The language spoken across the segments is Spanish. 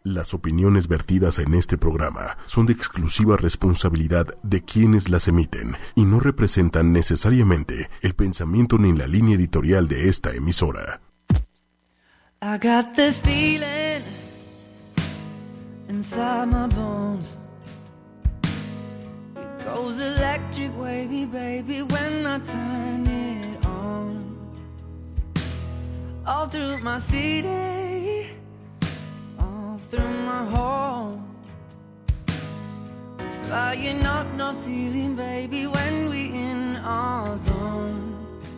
Las opiniones vertidas en este programa son de exclusiva responsabilidad de quienes las emiten y no representan necesariamente el pensamiento ni la línea editorial de esta emisora. I got this feeling inside my bones. It goes electric wavy, baby, when I turn it on. All through my city, all through my home. Flying up no ceiling, baby, when we in our zone.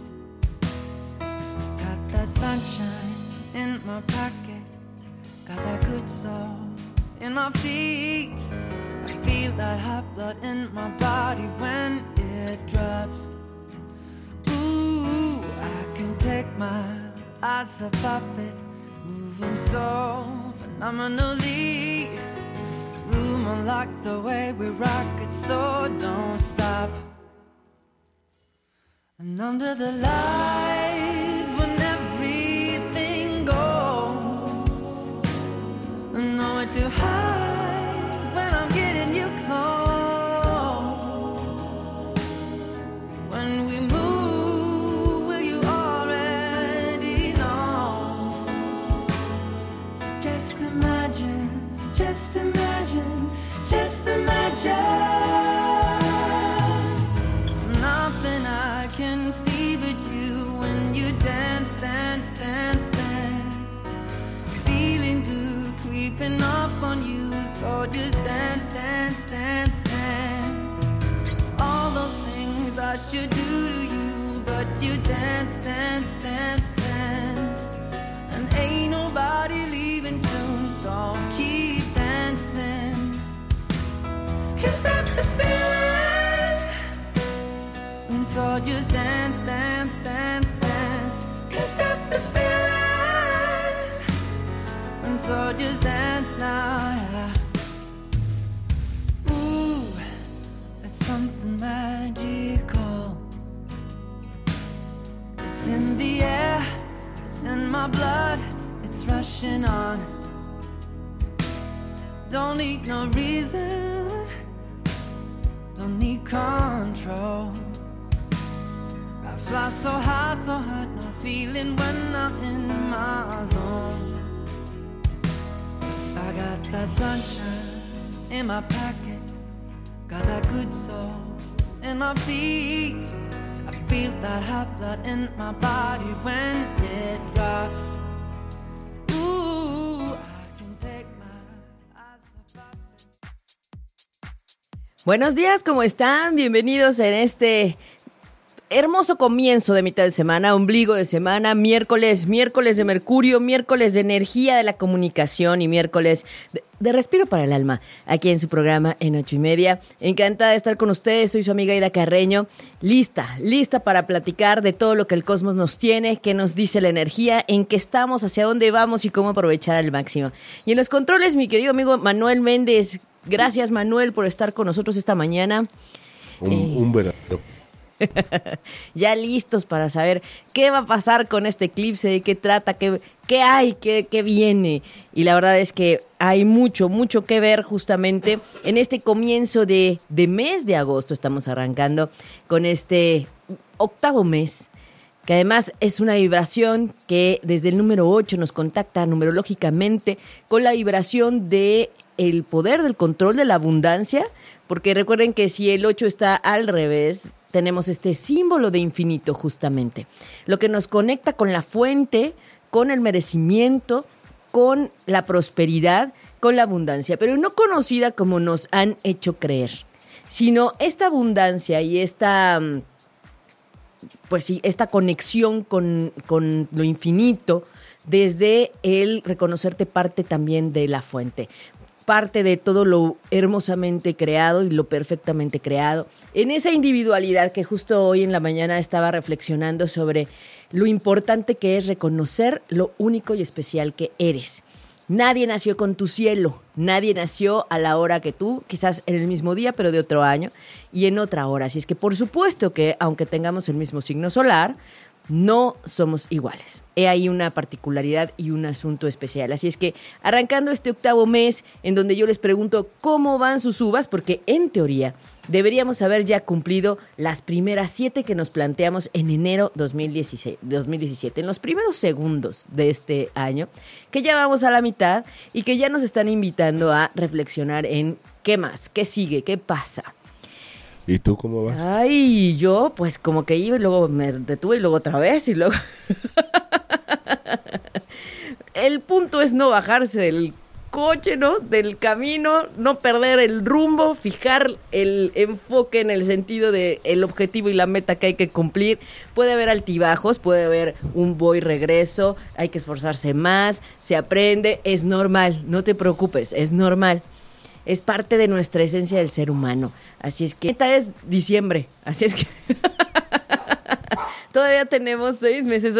Got that sunshine in my pocket, got that good soul in my feet. I feel that hot blood in my body when it drops. Ooh, I can take my eyes above it, moving so phenomenally. Room unlocked the way we rock it, so don't stop. And under the lights when everything goes, I know it's too high when I'm getting you close. When we move, will you already know? So just imagine, just imagine, just imagine. Nothing I can see but you when you dance, dance, dance, dance. Feeling good creeping up on you, so just dance, dance, dance, dance. All those things I should do to you, but you dance, dance, dance, dance. And ain't nobody leaving soon, so keep dancing. Can't stop the feeling. And so just dance, dance, dance, dance. Can't stop the feeling. And so just dance now, yeah. Ooh, it's something magical. It's in the air, it's in my blood, it's rushing on. Don't need no reason, don't need control. I fly so high, no ceiling when I'm in my zone. I got that sunshine in my pocket, got that good soul in my feet. I feel that hot blood in my body when it drops. Ooh, I can take my eyes above it. Buenos días, ¿cómo están? Bienvenidos en este hermoso comienzo de mitad de semana, ombligo de semana, miércoles de Mercurio, miércoles de energía de la comunicación y miércoles de respiro para el alma, aquí en su programa en 8:30. Encantada de estar con ustedes, soy su amiga Ida Carreño, lista para platicar de todo lo que el cosmos nos tiene, qué nos dice la energía, en qué estamos, hacia dónde vamos y cómo aprovechar al máximo. Y en los controles, mi querido amigo Manuel Méndez. Gracias, Manuel, por estar con nosotros esta mañana. Un verdadero. Ya listos para saber qué va a pasar con este eclipse, de qué trata, qué hay, qué viene. Y la verdad es que hay mucho que ver justamente en este comienzo de mes de agosto. Estamos arrancando con este octavo mes, que además es una vibración que desde el número 8 nos contacta numerológicamente con la vibración de el poder del control de la abundancia, porque recuerden que si el 8 está al revés, tenemos este símbolo de infinito justamente, lo que nos conecta con la fuente, con el merecimiento, con la prosperidad, con la abundancia, pero no conocida como nos han hecho creer, sino esta abundancia y esta conexión con lo infinito desde el reconocerte parte también de la fuente. Parte de todo lo hermosamente creado y lo perfectamente creado. En esa individualidad que justo hoy en la mañana estaba reflexionando sobre lo importante que es reconocer lo único y especial que eres. Nadie nació con tu cielo, nadie nació a la hora que tú, quizás en el mismo día, pero de otro año y en otra hora. Así es que por supuesto que aunque tengamos el mismo signo solar, no somos iguales. He ahí una particularidad y un asunto especial. Así es que arrancando este 8º mes en donde yo les pregunto cómo van sus uvas, porque en teoría deberíamos haber ya cumplido las primeras 7 que nos planteamos en enero 2017, en los primeros segundos de este año, que ya vamos a la mitad y que ya nos están invitando a reflexionar en qué más, qué sigue, qué pasa. ¿Y tú cómo vas? Ay, yo pues como que iba y luego me detuve y luego otra vez y luego... El punto es no bajarse del coche, ¿no? Del camino, no perder el rumbo, fijar el enfoque en el sentido de el objetivo y la meta que hay que cumplir. Puede haber altibajos, puede haber un voy regreso, hay que esforzarse más, se aprende, es normal, no te preocupes, es normal. Es parte de nuestra esencia del ser humano. Así es que esta es diciembre. Así es que todavía tenemos 6 meses,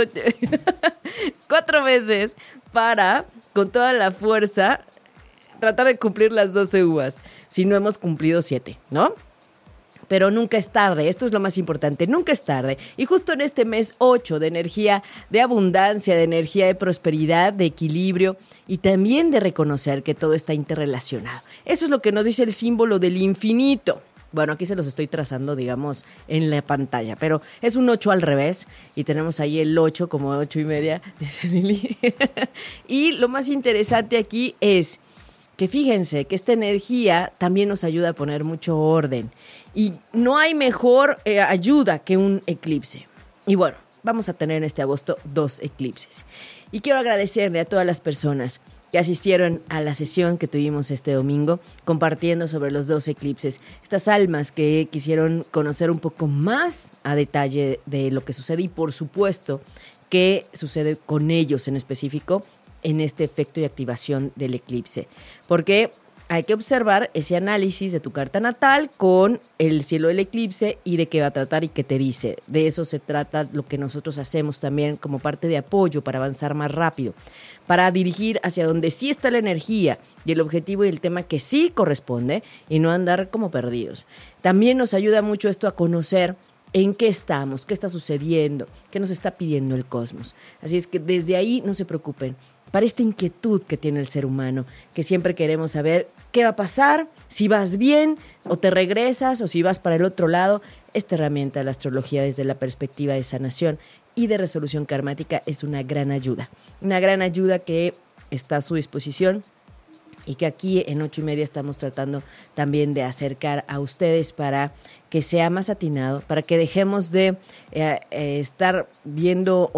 4 meses para, con toda la fuerza, tratar de cumplir las 12 uvas. Si no hemos cumplido 7, ¿no? Pero nunca es tarde, esto es lo más importante, nunca es tarde. Y justo en este mes 8 de energía de abundancia, de energía de prosperidad, de equilibrio y también de reconocer que todo está interrelacionado. Eso es lo que nos dice el símbolo del infinito. Bueno, aquí se los estoy trazando, digamos, en la pantalla, pero es un 8 al revés y tenemos ahí el 8 como 8:30, dice Lili. Y lo más interesante aquí es que fíjense que esta energía también nos ayuda a poner mucho orden. Y no hay mejor ayuda que un eclipse. Y bueno, vamos a tener en este agosto 2 eclipses. Y quiero agradecerle a todas las personas que asistieron a la sesión que tuvimos este domingo, compartiendo sobre los 2 eclipses. Estas almas que quisieron conocer un poco más a detalle de lo que sucede y, por supuesto, qué sucede con ellos en específico en este efecto y activación del eclipse. Porque hay que observar ese análisis de tu carta natal con el cielo del eclipse y de qué va a tratar y qué te dice. De eso se trata lo que nosotros hacemos también como parte de apoyo para avanzar más rápido, para dirigir hacia donde sí está la energía y el objetivo y el tema que sí corresponde y no andar como perdidos. También nos ayuda mucho esto a conocer en qué estamos, qué está sucediendo, qué nos está pidiendo el cosmos. Así es que desde ahí no se preocupen. Para esta inquietud que tiene el ser humano, que siempre queremos saber qué va a pasar, si vas bien o te regresas o si vas para el otro lado, esta herramienta de la astrología desde la perspectiva de sanación y de resolución karmática es una gran ayuda que está a su disposición y que aquí en 8:30 estamos tratando también de acercar a ustedes para que sea más atinado, para que dejemos de estar viendo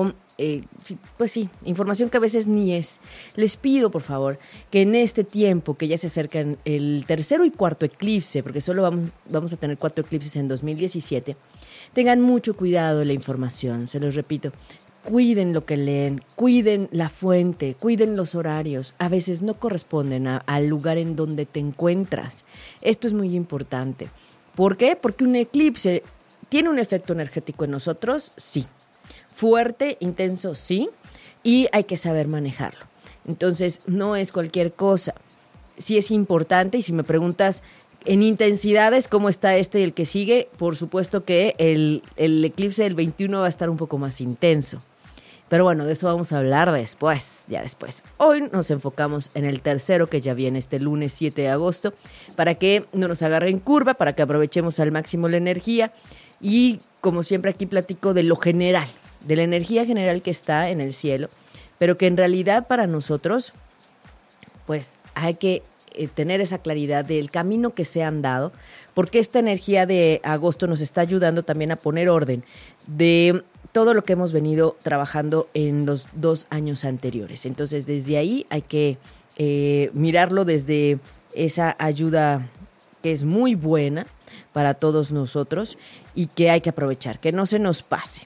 pues sí, información que a veces ni es. Les pido, por favor, que en este tiempo que ya se acercan el 3º y 4º eclipse, porque solo vamos a tener 4 eclipses en 2017, tengan mucho cuidado de la información, se los repito. Cuiden lo que leen, cuiden la fuente, cuiden los horarios. A veces no corresponden al lugar en donde te encuentras. Esto es muy importante. ¿Por qué? Porque un eclipse tiene un efecto energético en nosotros, sí. Fuerte, intenso, sí, y hay que saber manejarlo. Entonces, no es cualquier cosa. Sí es importante, y si me preguntas en intensidades cómo está este y el que sigue, por supuesto que el eclipse del 21 va a estar un poco más intenso. Pero bueno, de eso vamos a hablar después. Hoy nos enfocamos en el 3º, que ya viene este lunes 7 de agosto, para que no nos agarre en curva, para que aprovechemos al máximo la energía. Y como siempre aquí platico de lo general, de la energía general que está en el cielo, pero que en realidad para nosotros, pues hay que tener esa claridad del camino que se han dado, porque esta energía de agosto nos está ayudando también a poner orden de todo lo que hemos venido trabajando en los 2 años anteriores. Entonces, desde ahí hay que mirarlo desde esa ayuda que es muy buena para todos nosotros y que hay que aprovechar, que no se nos pase.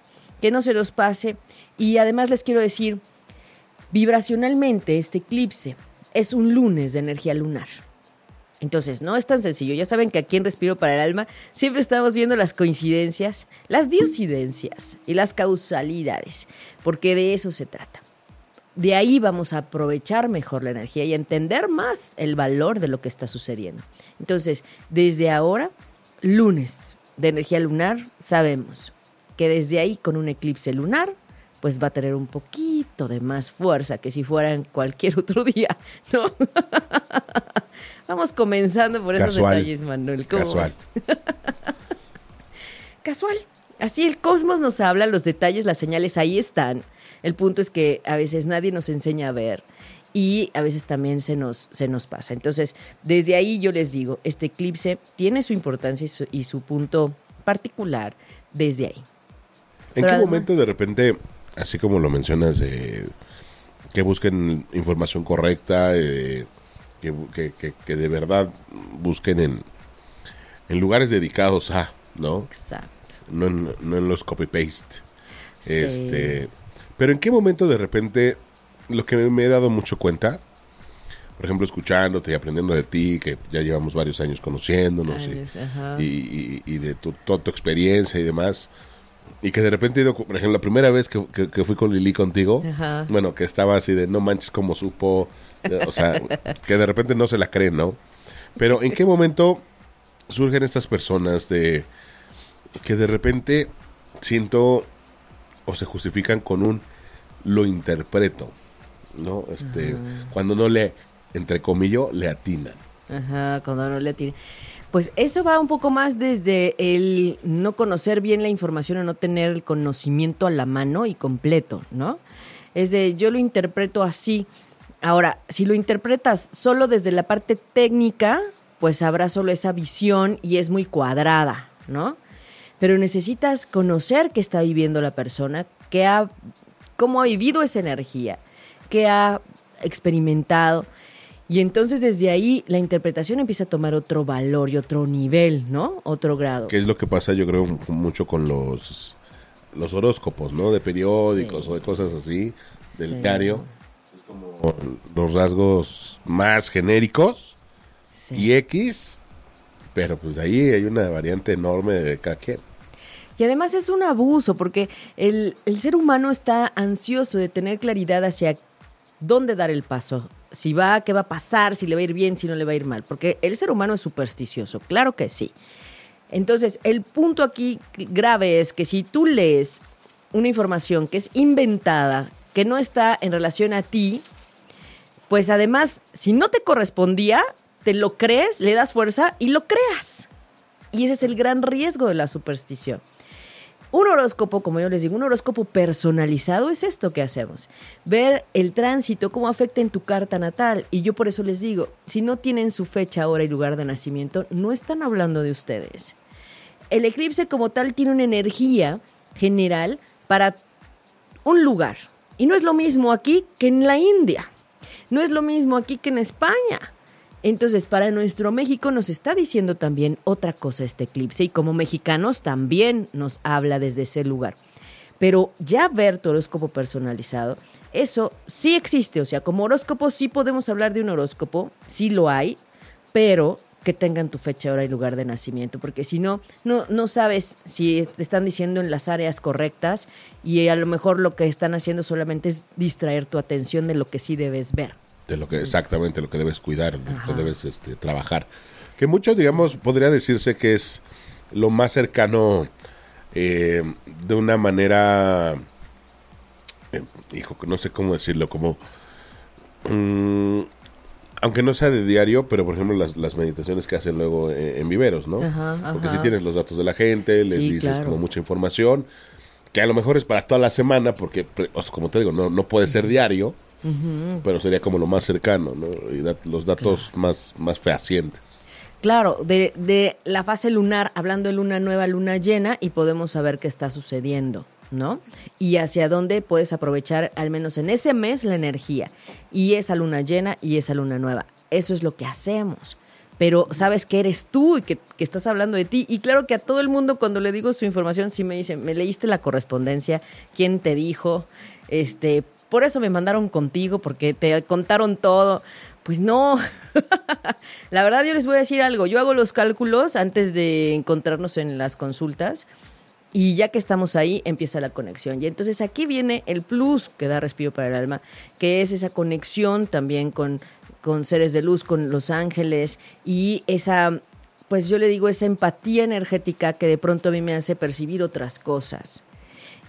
Y además les quiero decir, vibracionalmente este eclipse es un lunes de energía lunar. Entonces, no es tan sencillo. Ya saben que aquí en Respiro para el Alma siempre estamos viendo las coincidencias, las diosidencias y las causalidades, porque de eso se trata. De ahí vamos a aprovechar mejor la energía y a entender más el valor de lo que está sucediendo. Entonces, desde ahora, lunes de energía lunar, sabemos que desde ahí con un eclipse lunar pues va a tener un poquito de más fuerza que si fuera en cualquier otro día, ¿no? Vamos comenzando por esos detalles, Manuel. Casual. Casual. Así el cosmos nos habla, los detalles, las señales ahí están. El punto es que a veces nadie nos enseña a ver y a veces también se nos pasa. Entonces, desde ahí yo les digo, este eclipse tiene su importancia y su punto particular desde ahí. ¿En qué momento de repente, así como lo mencionas, que busquen información correcta, que de verdad busquen en lugares dedicados a, ¿no? Exacto. No en los copy-paste. Sí. Pero ¿en qué momento de repente, lo que me he dado mucho cuenta, por ejemplo, escuchándote y aprendiendo de ti, que ya llevamos varios años conociéndonos y de toda tu experiencia y demás, y que de repente, por ejemplo, la primera vez que fui con Lili contigo, Ajá. bueno, que estaba así de no manches como supo, o sea, que de repente no se la creen, ¿no? Pero ¿en qué momento surgen estas personas de que de repente siento o se justifican con un lo interpreto, ¿no? Cuando no le, entre comillas, le atinan. Ajá, cuando no le tiene. Pues eso va un poco más desde el no conocer bien la información o no tener el conocimiento a la mano y completo, ¿no? Es de yo lo interpreto así. Ahora, si lo interpretas solo desde la parte técnica, pues habrá solo esa visión y es muy cuadrada, ¿no? Pero necesitas conocer qué está viviendo la persona, cómo ha vivido esa energía, qué ha experimentado. Y entonces desde ahí la interpretación empieza a tomar otro valor y otro nivel, ¿no? Otro grado. Que es lo que pasa, yo creo, mucho con los horóscopos, ¿no? De periódicos o de cosas así, del diario. Es como los rasgos más genéricos y X, pero pues ahí hay una variante enorme de cada quien. Y además es un abuso porque el ser humano está ansioso de tener claridad hacia dónde dar el paso. Si va, qué va a pasar, si le va a ir bien, si no le va a ir mal. Porque el ser humano es supersticioso, claro que sí. Entonces, el punto aquí grave es que si tú lees una información que es inventada, que no está en relación a ti, pues además, si no te correspondía, te lo crees, le das fuerza y lo creas. Y ese es el gran riesgo de la superstición. Un horóscopo, como yo les digo, un horóscopo personalizado es esto que hacemos. Ver el tránsito, cómo afecta en tu carta natal. Y yo por eso les digo, si no tienen su fecha, hora y lugar de nacimiento, no están hablando de ustedes. El eclipse como tal tiene una energía general para un lugar. Y no es lo mismo aquí que en la India. No es lo mismo aquí que en España. Entonces, para nuestro México nos está diciendo también otra cosa este eclipse y como mexicanos también nos habla desde ese lugar. Pero ya ver tu horóscopo personalizado, eso sí existe. O sea, como horóscopo sí podemos hablar de un horóscopo, sí lo hay, pero que tengan tu fecha, hora y lugar de nacimiento, porque si no sabes si te están diciendo en las áreas correctas y a lo mejor lo que están haciendo solamente es distraer tu atención de lo que sí debes ver. De lo que exactamente lo que debes cuidar, de lo que debes trabajar. Que mucho, digamos, podría decirse que es lo más cercano de una manera, no sé cómo decirlo, como aunque no sea de diario, pero por ejemplo las meditaciones que hacen luego en viveros, ¿no? Porque si tienes los datos de la gente, les dices como mucha información, que a lo mejor es para toda la semana, porque como te digo, no puede ser diario. Pero sería como lo más cercano, ¿no? Y los datos más fehacientes. Claro, de la fase lunar, hablando de luna nueva, luna llena, y podemos saber qué está sucediendo, ¿no? Y hacia dónde puedes aprovechar, al menos en ese mes, la energía. Y esa luna llena y esa luna nueva. Eso es lo que hacemos. Pero sabes que eres tú y que estás hablando de ti. Y claro que a todo el mundo, cuando le digo su información, sí me dicen, ¿me leíste la correspondencia? ¿Quién te dijo? Por eso me mandaron contigo, porque te contaron todo. Pues no. La verdad, yo les voy a decir algo. Yo hago los cálculos antes de encontrarnos en las consultas y ya que estamos ahí, empieza la conexión. Y entonces aquí viene el plus que da Respiro para el Alma, que es esa conexión también con seres de luz, con los ángeles y esa, pues yo le digo, esa empatía energética que de pronto a mí me hace percibir otras cosas.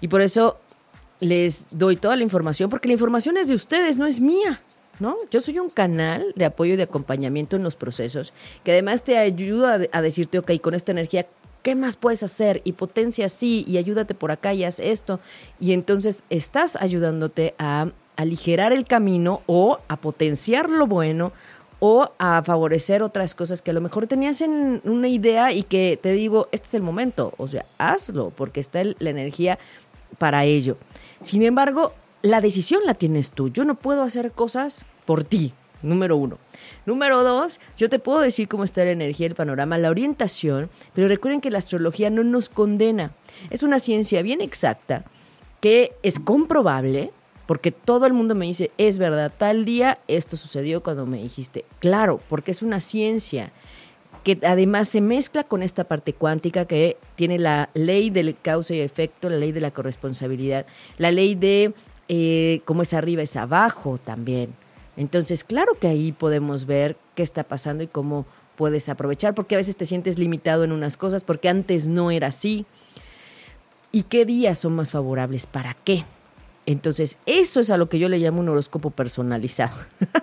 Y por eso les doy toda la información, porque la información es de ustedes, no es mía, ¿no? Yo soy un canal de apoyo y de acompañamiento en los procesos, que además te ayuda a decirte, ok, con esta energía, ¿qué más puedes hacer? Y potencia así, y ayúdate por acá, y haz esto. Y entonces estás ayudándote a aligerar el camino o a potenciar lo bueno o a favorecer otras cosas que a lo mejor tenías en una idea y que te digo, este es el momento, o sea, hazlo, porque está la energía para ello. Sin embargo, la decisión la tienes tú. Yo no puedo hacer cosas por ti, número 1. Número 2, yo te puedo decir cómo está la energía, el panorama, la orientación, pero recuerden que la astrología no nos condena. Es una ciencia bien exacta que es comprobable, porque todo el mundo me dice, es verdad, tal día esto sucedió cuando me dijiste. Claro, porque es una ciencia que además se mezcla con esta parte cuántica que tiene la ley del causa y efecto, la ley de la corresponsabilidad, la ley de cómo es arriba es abajo también. Entonces, claro que ahí podemos ver qué está pasando y cómo puedes aprovechar, porque a veces te sientes limitado en unas cosas, porque antes no era así. ¿Y qué días son más favorables? ¿Para qué? Entonces, eso es a lo que yo le llamo un horóscopo personalizado,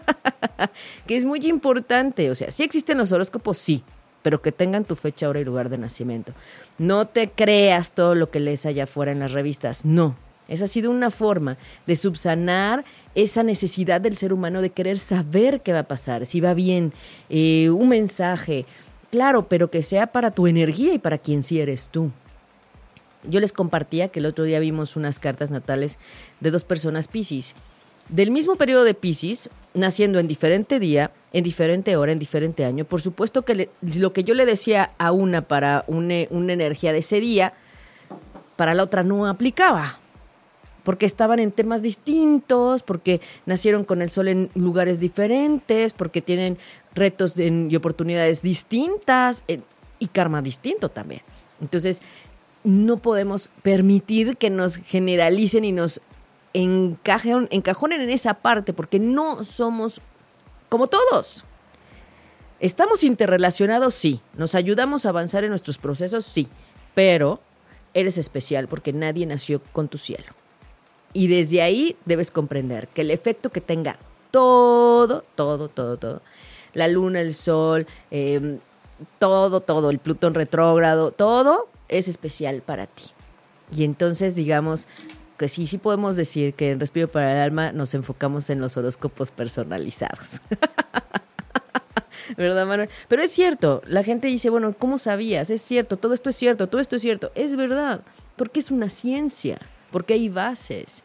que es muy importante. O sea, sí existen los horóscopos, sí, pero que tengan tu fecha, hora y lugar de nacimiento. No te creas todo lo que lees allá afuera en las revistas, no. Esa ha sido una forma de subsanar esa necesidad del ser humano de querer saber qué va a pasar, si va bien, un mensaje, claro, pero que sea para tu energía y para quien sí eres tú. Yo les compartía que el otro día vimos unas cartas natales de 2 personas Piscis, del mismo periodo de Piscis, naciendo en diferente día, en diferente hora, en diferente año. Por supuesto que lo que yo le decía a una para una energía de ese día, para la otra no aplicaba, porque estaban en temas distintos, porque nacieron con el sol en lugares diferentes, porque tienen retos y oportunidades distintas y karma distinto también. Entonces, no podemos permitir que nos generalicen y nos encajonen en esa parte, porque no somos como todos. ¿Estamos interrelacionados? Sí. ¿Nos ayudamos a avanzar en nuestros procesos? Sí. Pero eres especial porque nadie nació con tu cielo. Y desde ahí debes comprender que el efecto que tenga todo, la luna, el sol, todo, el Plutón retrógrado, todo es especial para ti. Y entonces digamos que sí podemos decir que en Respiro para el Alma nos enfocamos en los horóscopos personalizados. ¿Verdad, Manuel? Pero es cierto, la gente dice, bueno, ¿cómo sabías? Es cierto, todo esto es cierto, todo esto es cierto. Es verdad, porque es una ciencia, porque hay bases.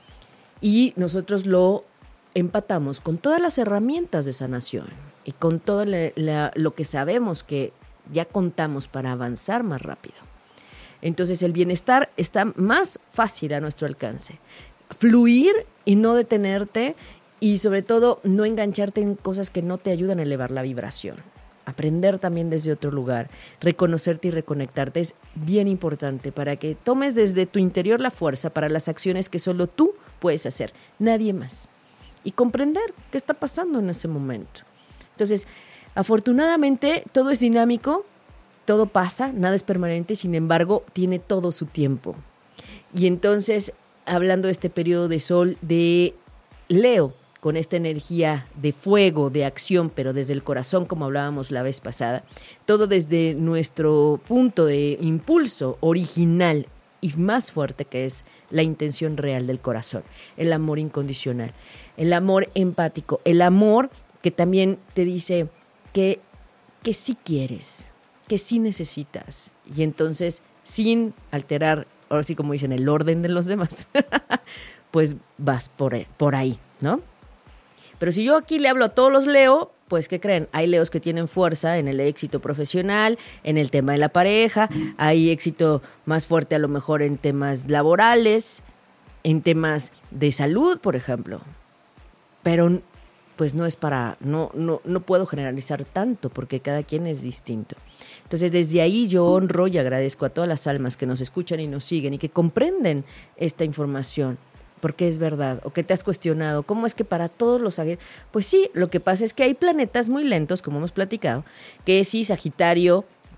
Y nosotros lo empatamos con todas las herramientas de sanación y con todo lo que sabemos que ya contamos para avanzar más rápido. Entonces el bienestar está más fácil a nuestro alcance. Fluir y no detenerte y sobre todo no engancharte en cosas que no te ayudan a elevar la vibración. Aprender también desde otro lugar, reconocerte y reconectarte es bien importante para que tomes desde tu interior la fuerza para las acciones que solo tú puedes hacer, nadie más. Y comprender qué está pasando en ese momento. Entonces, afortunadamente todo es dinámico, todo pasa, nada es permanente, sin embargo, tiene todo su tiempo. Y entonces, hablando de este periodo de sol de Leo, con esta energía de fuego, de acción, pero desde el corazón, como hablábamos la vez pasada, todo desde nuestro punto de impulso original y más fuerte, que es la intención real del corazón, el amor incondicional, el amor empático, el amor que también te dice que sí quieres, que sí necesitas, y entonces sin alterar, ahora sí como dicen, el orden de los demás, pues vas por ahí, ¿no? Pero si yo aquí le hablo a todos los Leo, pues ¿qué creen? Hay Leos que tienen fuerza en el éxito profesional, en el tema de la pareja, hay éxito más fuerte a lo mejor en temas laborales, en temas de salud, por ejemplo. Pero pues no es no puedo generalizar tanto porque cada quien es distinto. Entonces desde ahí yo honro y agradezco a todas las almas que nos escuchan y nos siguen y que comprenden esta información. Porque es verdad, o que te has cuestionado, ¿cómo es que para todos los Sagitarios? Pues sí, lo que pasa es que hay planetas muy lentos, como hemos platicado, que sí, Sagitario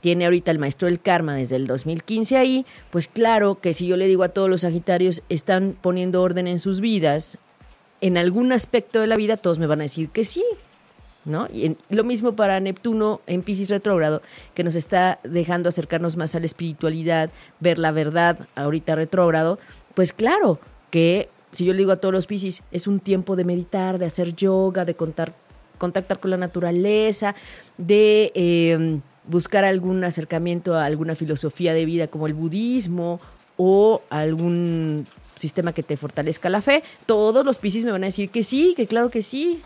tiene ahorita el maestro del karma desde el 2015 ahí, pues claro que si yo le digo a todos los Sagitarios, están poniendo orden en sus vidas, en algún aspecto de la vida todos me van a decir que sí, ¿no? Y lo mismo para Neptuno en Piscis retrógrado, que nos está dejando acercarnos más a la espiritualidad, ver la verdad ahorita retrógrado, pues claro que si yo le digo a todos los Piscis, es un tiempo de meditar, de hacer yoga, de contactar con la naturaleza, de buscar algún acercamiento a alguna filosofía de vida como el budismo o algún sistema que te fortalezca la fe, todos los Piscis me van a decir que sí, que claro que sí.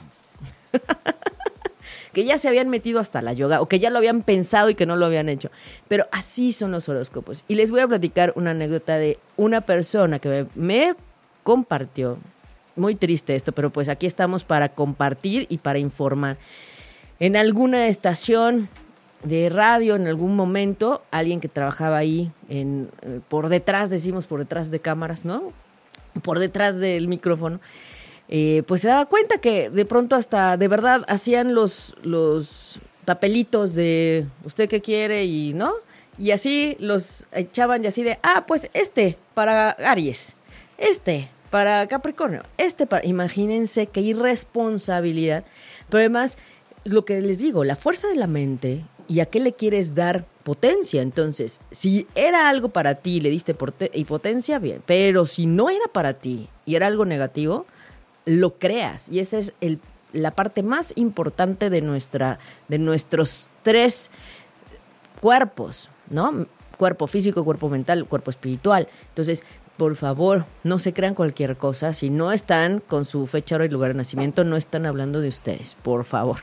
Que ya se habían metido hasta la yoga o que ya lo habían pensado y que no lo habían hecho. Pero así son los horóscopos. Y les voy a platicar una anécdota de una persona que me compartió. Muy triste esto, pero pues aquí estamos para compartir y para informar. En alguna estación de radio, en algún momento, alguien que trabajaba ahí por detrás, decimos por detrás de cámaras, ¿no? Por detrás del micrófono, pues se daba cuenta que de pronto hasta de verdad hacían los papelitos de usted qué quiere y ¿no? Y así los echaban y así de, pues para Aries, para Capricornio, para... Imagínense qué irresponsabilidad. Pero además, lo que les digo, la fuerza de la mente y a qué le quieres dar potencia. Entonces, si era algo para ti y le diste potencia, bien. Pero si no era para ti y era algo negativo, lo creas. Y esa es la parte más importante de nuestros 3 cuerpos, ¿no? Cuerpo físico, cuerpo mental, cuerpo espiritual. Entonces, por favor, no se crean cualquier cosa. Si no están con su fecha, hora y lugar de nacimiento, no están hablando de ustedes, por favor.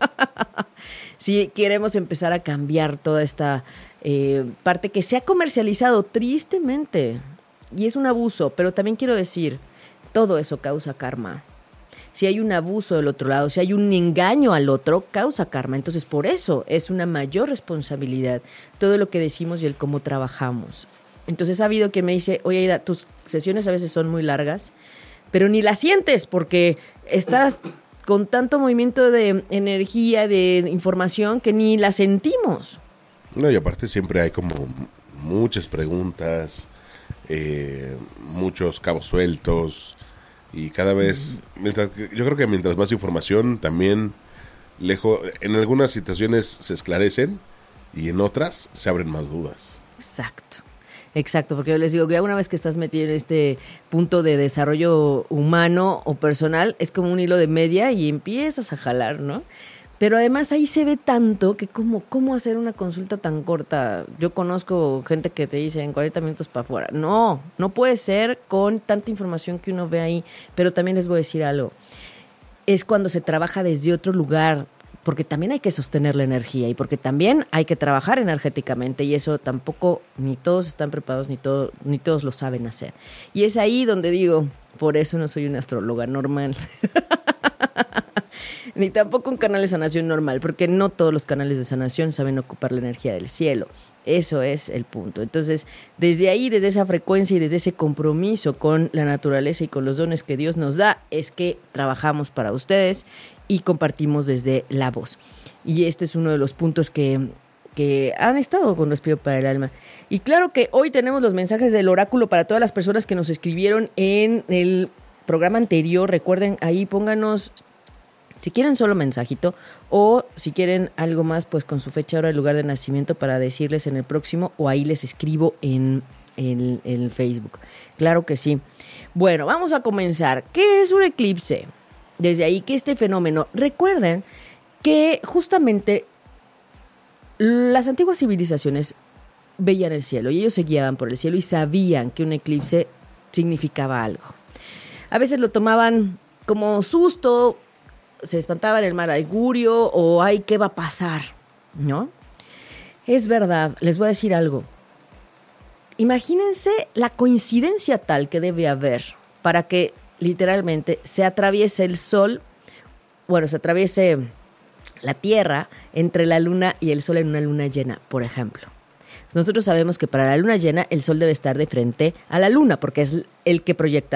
Si queremos empezar a cambiar toda esta parte que se ha comercializado tristemente, y es un abuso, pero también quiero decir, todo eso causa karma. Si hay un abuso del otro lado, si hay un engaño al otro, causa karma. Entonces, por eso es una mayor responsabilidad todo lo que decimos y el cómo trabajamos. Entonces, ha habido quien me dice, oye, Aida, tus sesiones a veces son muy largas, pero ni las sientes porque estás con tanto movimiento de energía, de información, que ni la sentimos. No, y aparte siempre hay como muchas preguntas, muchos cabos sueltos, y cada vez, yo creo que mientras más información también, en algunas situaciones se esclarecen y en otras se abren más dudas. Exacto, porque yo les digo que ya una vez que estás metido en este punto de desarrollo humano o personal, es como un hilo de media y empiezas a jalar, ¿no? Pero además ahí se ve tanto que ¿cómo hacer una consulta tan corta? Yo conozco gente que te dice en 40 minutos para afuera. No puede ser con tanta información que uno ve ahí. Pero también les voy a decir algo. Es cuando se trabaja desde otro lugar, porque también hay que sostener la energía y porque también hay que trabajar energéticamente, y eso tampoco ni todos están preparados ni todos lo saben hacer. Y es ahí donde digo, por eso no soy una astróloga normal. Ni tampoco un canal de sanación normal, porque no todos los canales de sanación saben ocupar la energía del cielo. Eso es el punto. Entonces, desde ahí, desde esa frecuencia y desde ese compromiso con la naturaleza y con los dones que Dios nos da, es que trabajamos para ustedes y compartimos desde la voz. Y este es uno de los puntos que han estado con Respiro para el Alma. Y claro que hoy tenemos los mensajes del oráculo para todas las personas que nos escribieron en el programa anterior. Recuerden, ahí pónganos, si quieren solo mensajito o si quieren algo más, pues con su fecha, hora y lugar de nacimiento para decirles en el próximo, o ahí les escribo en Facebook. Claro que sí. Bueno, vamos a comenzar. ¿Qué es un eclipse? Desde ahí que este fenómeno, recuerden que justamente las antiguas civilizaciones veían el cielo y ellos se guiaban por el cielo y sabían que un eclipse significaba algo. A veces lo tomaban como susto, se espantaban el mal augurio o ay, ¿qué va a pasar? ¿No? Es verdad, les voy a decir algo. Imagínense la coincidencia tal que debe haber para que literalmente se atraviese el sol, se atraviese la Tierra entre la luna y el sol en una luna llena, por ejemplo. Nosotros sabemos que para la luna llena el sol debe estar de frente a la luna porque es el que proyecta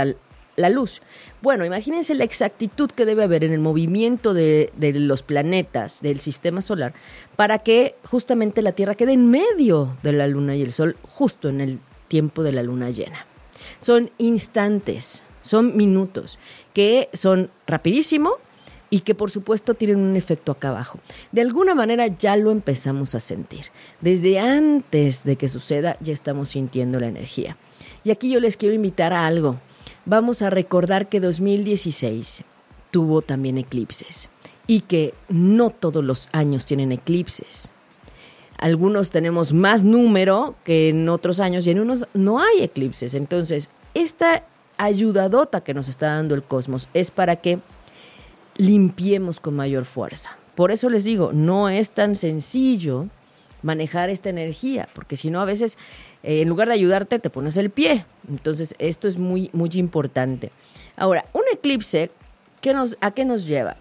la luz. Bueno, imagínense la exactitud que debe haber en el movimiento de los planetas del sistema solar para que justamente la Tierra quede en medio de la Luna y el Sol justo en el tiempo de la luna llena. Son instantes, son minutos, que son rapidísimo y que por supuesto tienen un efecto acá abajo. De alguna manera ya lo empezamos a sentir. Desde antes de que suceda ya estamos sintiendo la energía. Y aquí yo les quiero invitar a algo. Vamos a recordar que 2016 tuvo también eclipses y que no todos los años tienen eclipses. Algunos tenemos más número que en otros años y en unos no hay eclipses. Entonces, esta ayudadota que nos está dando el cosmos es para que limpiemos con mayor fuerza. Por eso les digo, no es tan sencillo manejar esta energía, porque si no a veces en lugar de ayudarte te pones el pie. Entonces, esto es muy, muy importante. Ahora, un eclipse, ¿a qué nos lleva?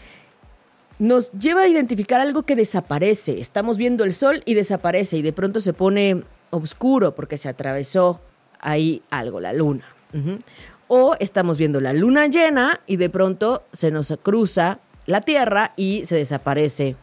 Nos lleva a identificar algo que desaparece. Estamos viendo el sol y desaparece y de pronto se pone oscuro porque se atravesó ahí algo, la luna. O estamos viendo la luna llena y de pronto se nos cruza la Tierra y se desaparece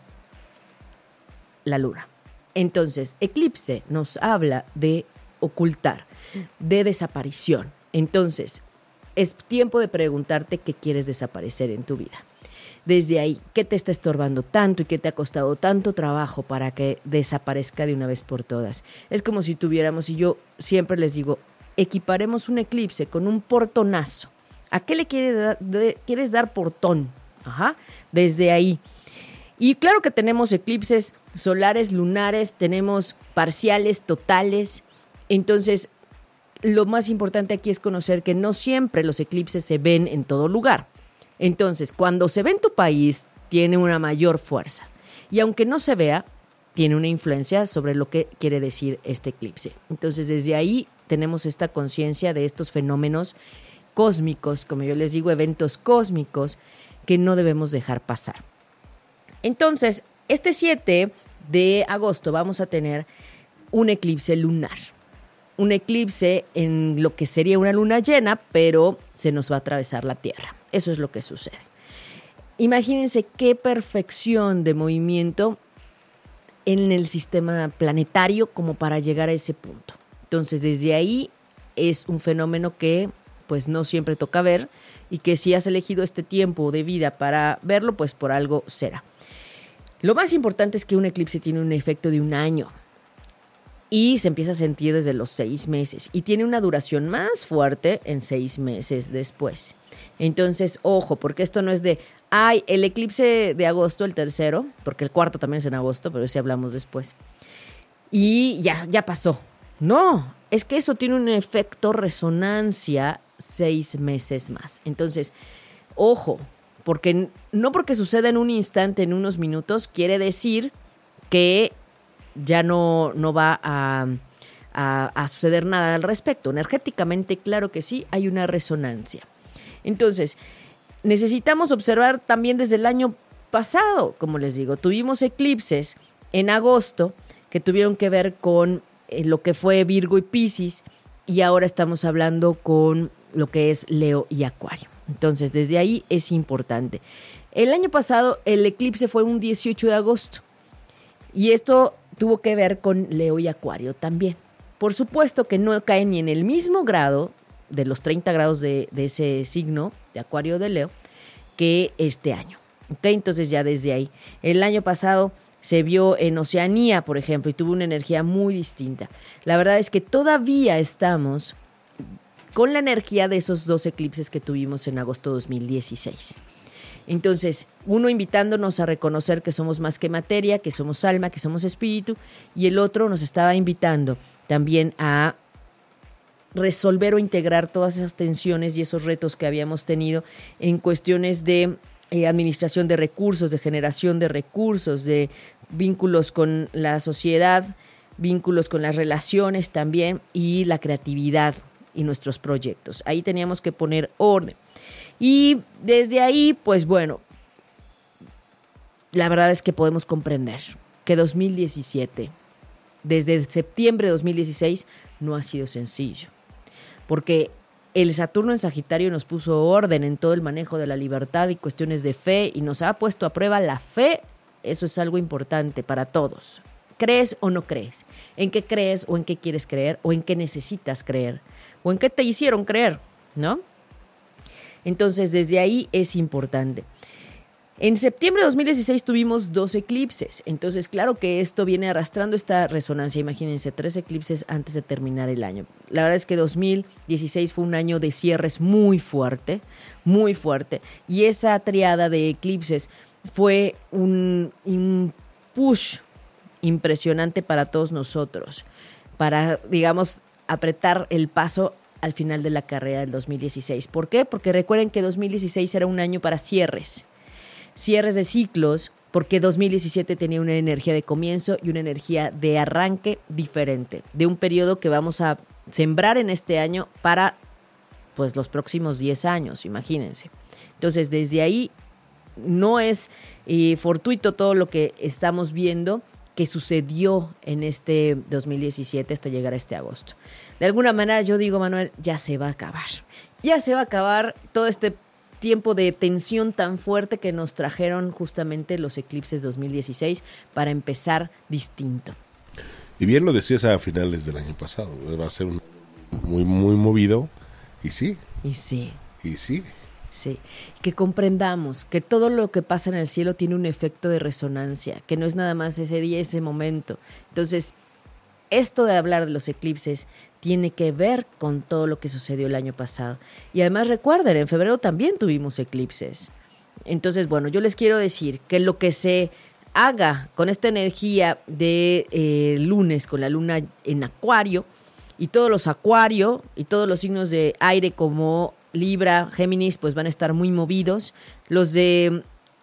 la luna. Entonces, eclipse nos habla de ocultar, de desaparición. Entonces, es tiempo de preguntarte qué quieres desaparecer en tu vida. Desde ahí, ¿qué te está estorbando tanto y qué te ha costado tanto trabajo para que desaparezca de una vez por todas? Es como si tuviéramos, y yo siempre les digo, equiparemos un eclipse con un portonazo. ¿A qué le quieres dar portón? Desde ahí. Y claro que tenemos eclipses solares, lunares, tenemos parciales, totales. Entonces, lo más importante aquí es conocer que no siempre los eclipses se ven en todo lugar. Entonces, cuando se ve en tu país, tiene una mayor fuerza. Y aunque no se vea, tiene una influencia sobre lo que quiere decir este eclipse. Entonces, desde ahí tenemos esta conciencia de estos fenómenos cósmicos, como yo les digo, eventos cósmicos que no debemos dejar pasar. Entonces, este 7 de agosto vamos a tener un eclipse lunar. Un eclipse en lo que sería una luna llena, pero se nos va a atravesar la Tierra. Eso es lo que sucede. Imagínense qué perfección de movimiento en el sistema planetario como para llegar a ese punto. Entonces, desde ahí es un fenómeno que pues no siempre toca ver y que si has elegido este tiempo de vida para verlo, pues por algo será. Lo más importante es que un eclipse tiene un efecto de un año y se empieza a sentir desde los 6 meses y tiene una duración más fuerte en 6 meses después. Entonces, ojo, porque esto no es de, el eclipse de agosto, el tercero, porque el cuarto también es en agosto, pero ese hablamos después. Y ya pasó. No, es que eso tiene un efecto resonancia 6 meses más. Entonces, ojo, porque no porque suceda en un instante, en unos minutos, quiere decir que ya no va a suceder nada al respecto. Energéticamente, claro que sí, hay una resonancia. Entonces, necesitamos observar también desde el año pasado, como les digo, tuvimos eclipses en agosto que tuvieron que ver con lo que fue Virgo y Piscis, y ahora estamos hablando con lo que es Leo y Acuario. Entonces, desde ahí es importante. El año pasado el eclipse fue un 18 de agosto y esto tuvo que ver con Leo y Acuario también. Por supuesto que no cae ni en el mismo grado de los 30 grados de ese signo de Acuario o de Leo que este año. ¿Okay? Entonces ya desde ahí. El año pasado se vio en Oceanía, por ejemplo, y tuvo una energía muy distinta. La verdad es que todavía estamos con la energía de esos 2 eclipses que tuvimos en agosto de 2016. Entonces, uno invitándonos a reconocer que somos más que materia, que somos alma, que somos espíritu, y el otro nos estaba invitando también a resolver o integrar todas esas tensiones y esos retos que habíamos tenido en cuestiones de administración de recursos, de generación de recursos, de vínculos con la sociedad, vínculos con las relaciones también y la creatividad y nuestros proyectos. Ahí teníamos que poner orden. Y desde ahí, pues bueno, la verdad es que podemos comprender que 2017, desde septiembre de 2016, no ha sido sencillo. Porque El Saturno en Sagitario nos puso orden en todo el manejo de la libertad y cuestiones de fe y nos ha puesto a prueba la fe. Eso es algo importante para todos. ¿Crees o no crees? ¿En qué crees o en qué quieres creer? ¿O en qué necesitas creer? ¿O en qué te hicieron creer? ¿No? Entonces, desde ahí es importante. En septiembre de 2016 tuvimos 2 eclipses. Entonces, claro que esto viene arrastrando esta resonancia. Imagínense, 3 eclipses antes de terminar el año. La verdad es que 2016 fue un año de cierres muy fuerte, muy fuerte. Y esa triada de eclipses fue un push impresionante para todos nosotros, para, digamos, apretar el paso al final de la carrera del 2016. ¿Por qué? Porque recuerden que 2016 era un año para cierres de ciclos, porque 2017 tenía una energía de comienzo y una energía de arranque diferente, de un periodo que vamos a sembrar en este año para pues los próximos 10 años, imagínense. Entonces, desde ahí no es fortuito todo lo que estamos viendo que sucedió en este 2017 hasta llegar a este agosto. De alguna manera yo digo, Manuel, ya se va a acabar. Ya se va a acabar todo este tiempo de tensión tan fuerte que nos trajeron justamente los eclipses 2016 para empezar distinto. Y bien lo decías a finales del año pasado, va a ser un muy movido, y sí. Y sí. Y sí. Sí, que comprendamos que todo lo que pasa en el cielo tiene un efecto de resonancia, que no es nada más ese día, ese momento. Entonces, esto de hablar de los eclipses tiene que ver con todo lo que sucedió el año pasado. Y además recuerden, en febrero también tuvimos eclipses. Entonces, bueno, yo les quiero decir que lo que se haga con esta energía de lunes, con la luna en Acuario, y todos los Acuario, y todos los signos de aire como Libra, Géminis, pues van a estar muy movidos. Los de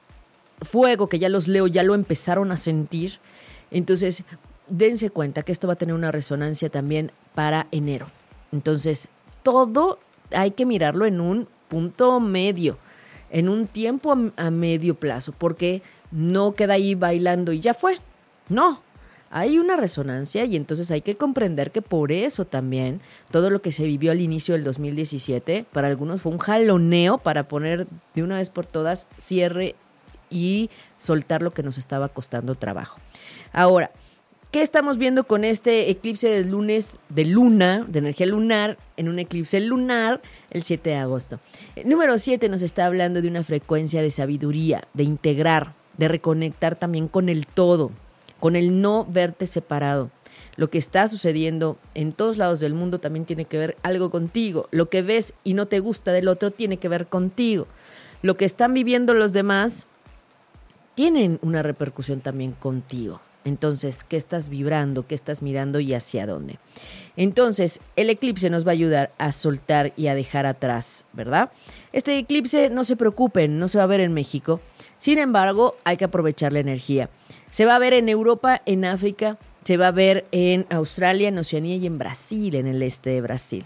fuego, que ya los leo, ya lo empezaron a sentir. Entonces, dense cuenta que esto va a tener una resonancia también para enero. Entonces, todo hay que mirarlo en un punto medio, en un tiempo a medio plazo, porque no queda ahí bailando y ya fue. No, hay una resonancia y entonces hay que comprender que por eso también todo lo que se vivió al inicio del 2017, para algunos fue un jaloneo para poner de una vez por todas cierre y soltar lo que nos estaba costando trabajo. Ahora, ¿qué estamos viendo con este eclipse de lunes de luna, de energía lunar, en un eclipse lunar el 7 de agosto? El número 7 nos está hablando de una frecuencia de sabiduría, de integrar, de reconectar también con el todo, con el no verte separado. Lo que está sucediendo en todos lados del mundo también tiene que ver algo contigo. Lo que ves y no te gusta del otro tiene que ver contigo. Lo que están viviendo los demás tienen una repercusión también contigo. Entonces, ¿qué estás vibrando? ¿Qué estás mirando y hacia dónde? Entonces, el eclipse nos va a ayudar a soltar y a dejar atrás, ¿verdad? Este eclipse, no se preocupen, no se va a ver en México. Sin embargo, hay que aprovechar la energía. Se va a ver en Europa, en África, se va a ver en Australia, en Oceanía y en Brasil, en el este de Brasil.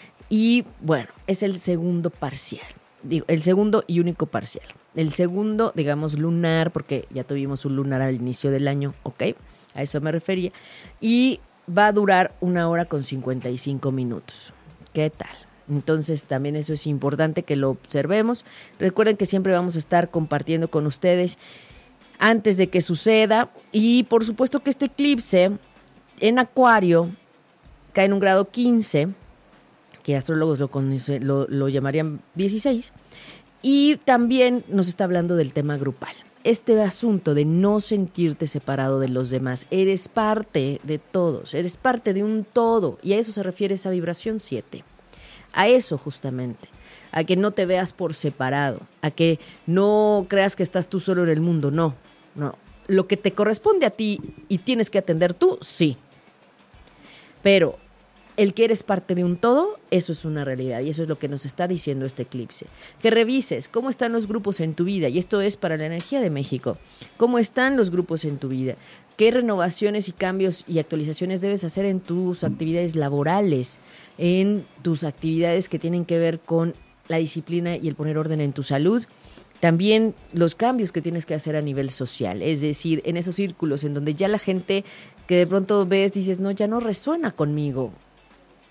Y bueno, es el segundo parcial, digo, el segundo y único parcial. El segundo, digamos, lunar, porque ya tuvimos un lunar al inicio del año, ¿ok? A eso me refería. Y va a durar 1 hora con 55 minutos. ¿Qué tal? Entonces, también eso es importante que lo observemos. Recuerden que siempre vamos a estar compartiendo con ustedes antes de que suceda. Y por supuesto que este eclipse en Acuario cae en un grado 15, que astrólogos lo llamarían 16. Y también nos está hablando del tema grupal. Este asunto de no sentirte separado de los demás. Eres parte de todos, eres parte de un todo. Y a eso se refiere esa vibración 7. A eso justamente. A que no te veas por separado. A que no creas que estás tú solo en el mundo. No. Lo que te corresponde a ti y tienes que atender tú, sí. Pero el que eres parte de un todo, eso es una realidad y eso es lo que nos está diciendo este eclipse. Que revises cómo están los grupos en tu vida y esto es para la energía de México. ¿Cómo están los grupos en tu vida? ¿Qué renovaciones y cambios y actualizaciones debes hacer en tus actividades laborales? En tus actividades que tienen que ver con la disciplina y el poner orden en tu salud. También los cambios que tienes que hacer a nivel social, es decir, en esos círculos en donde ya la gente que de pronto ves, dices, no, ya no resuena conmigo.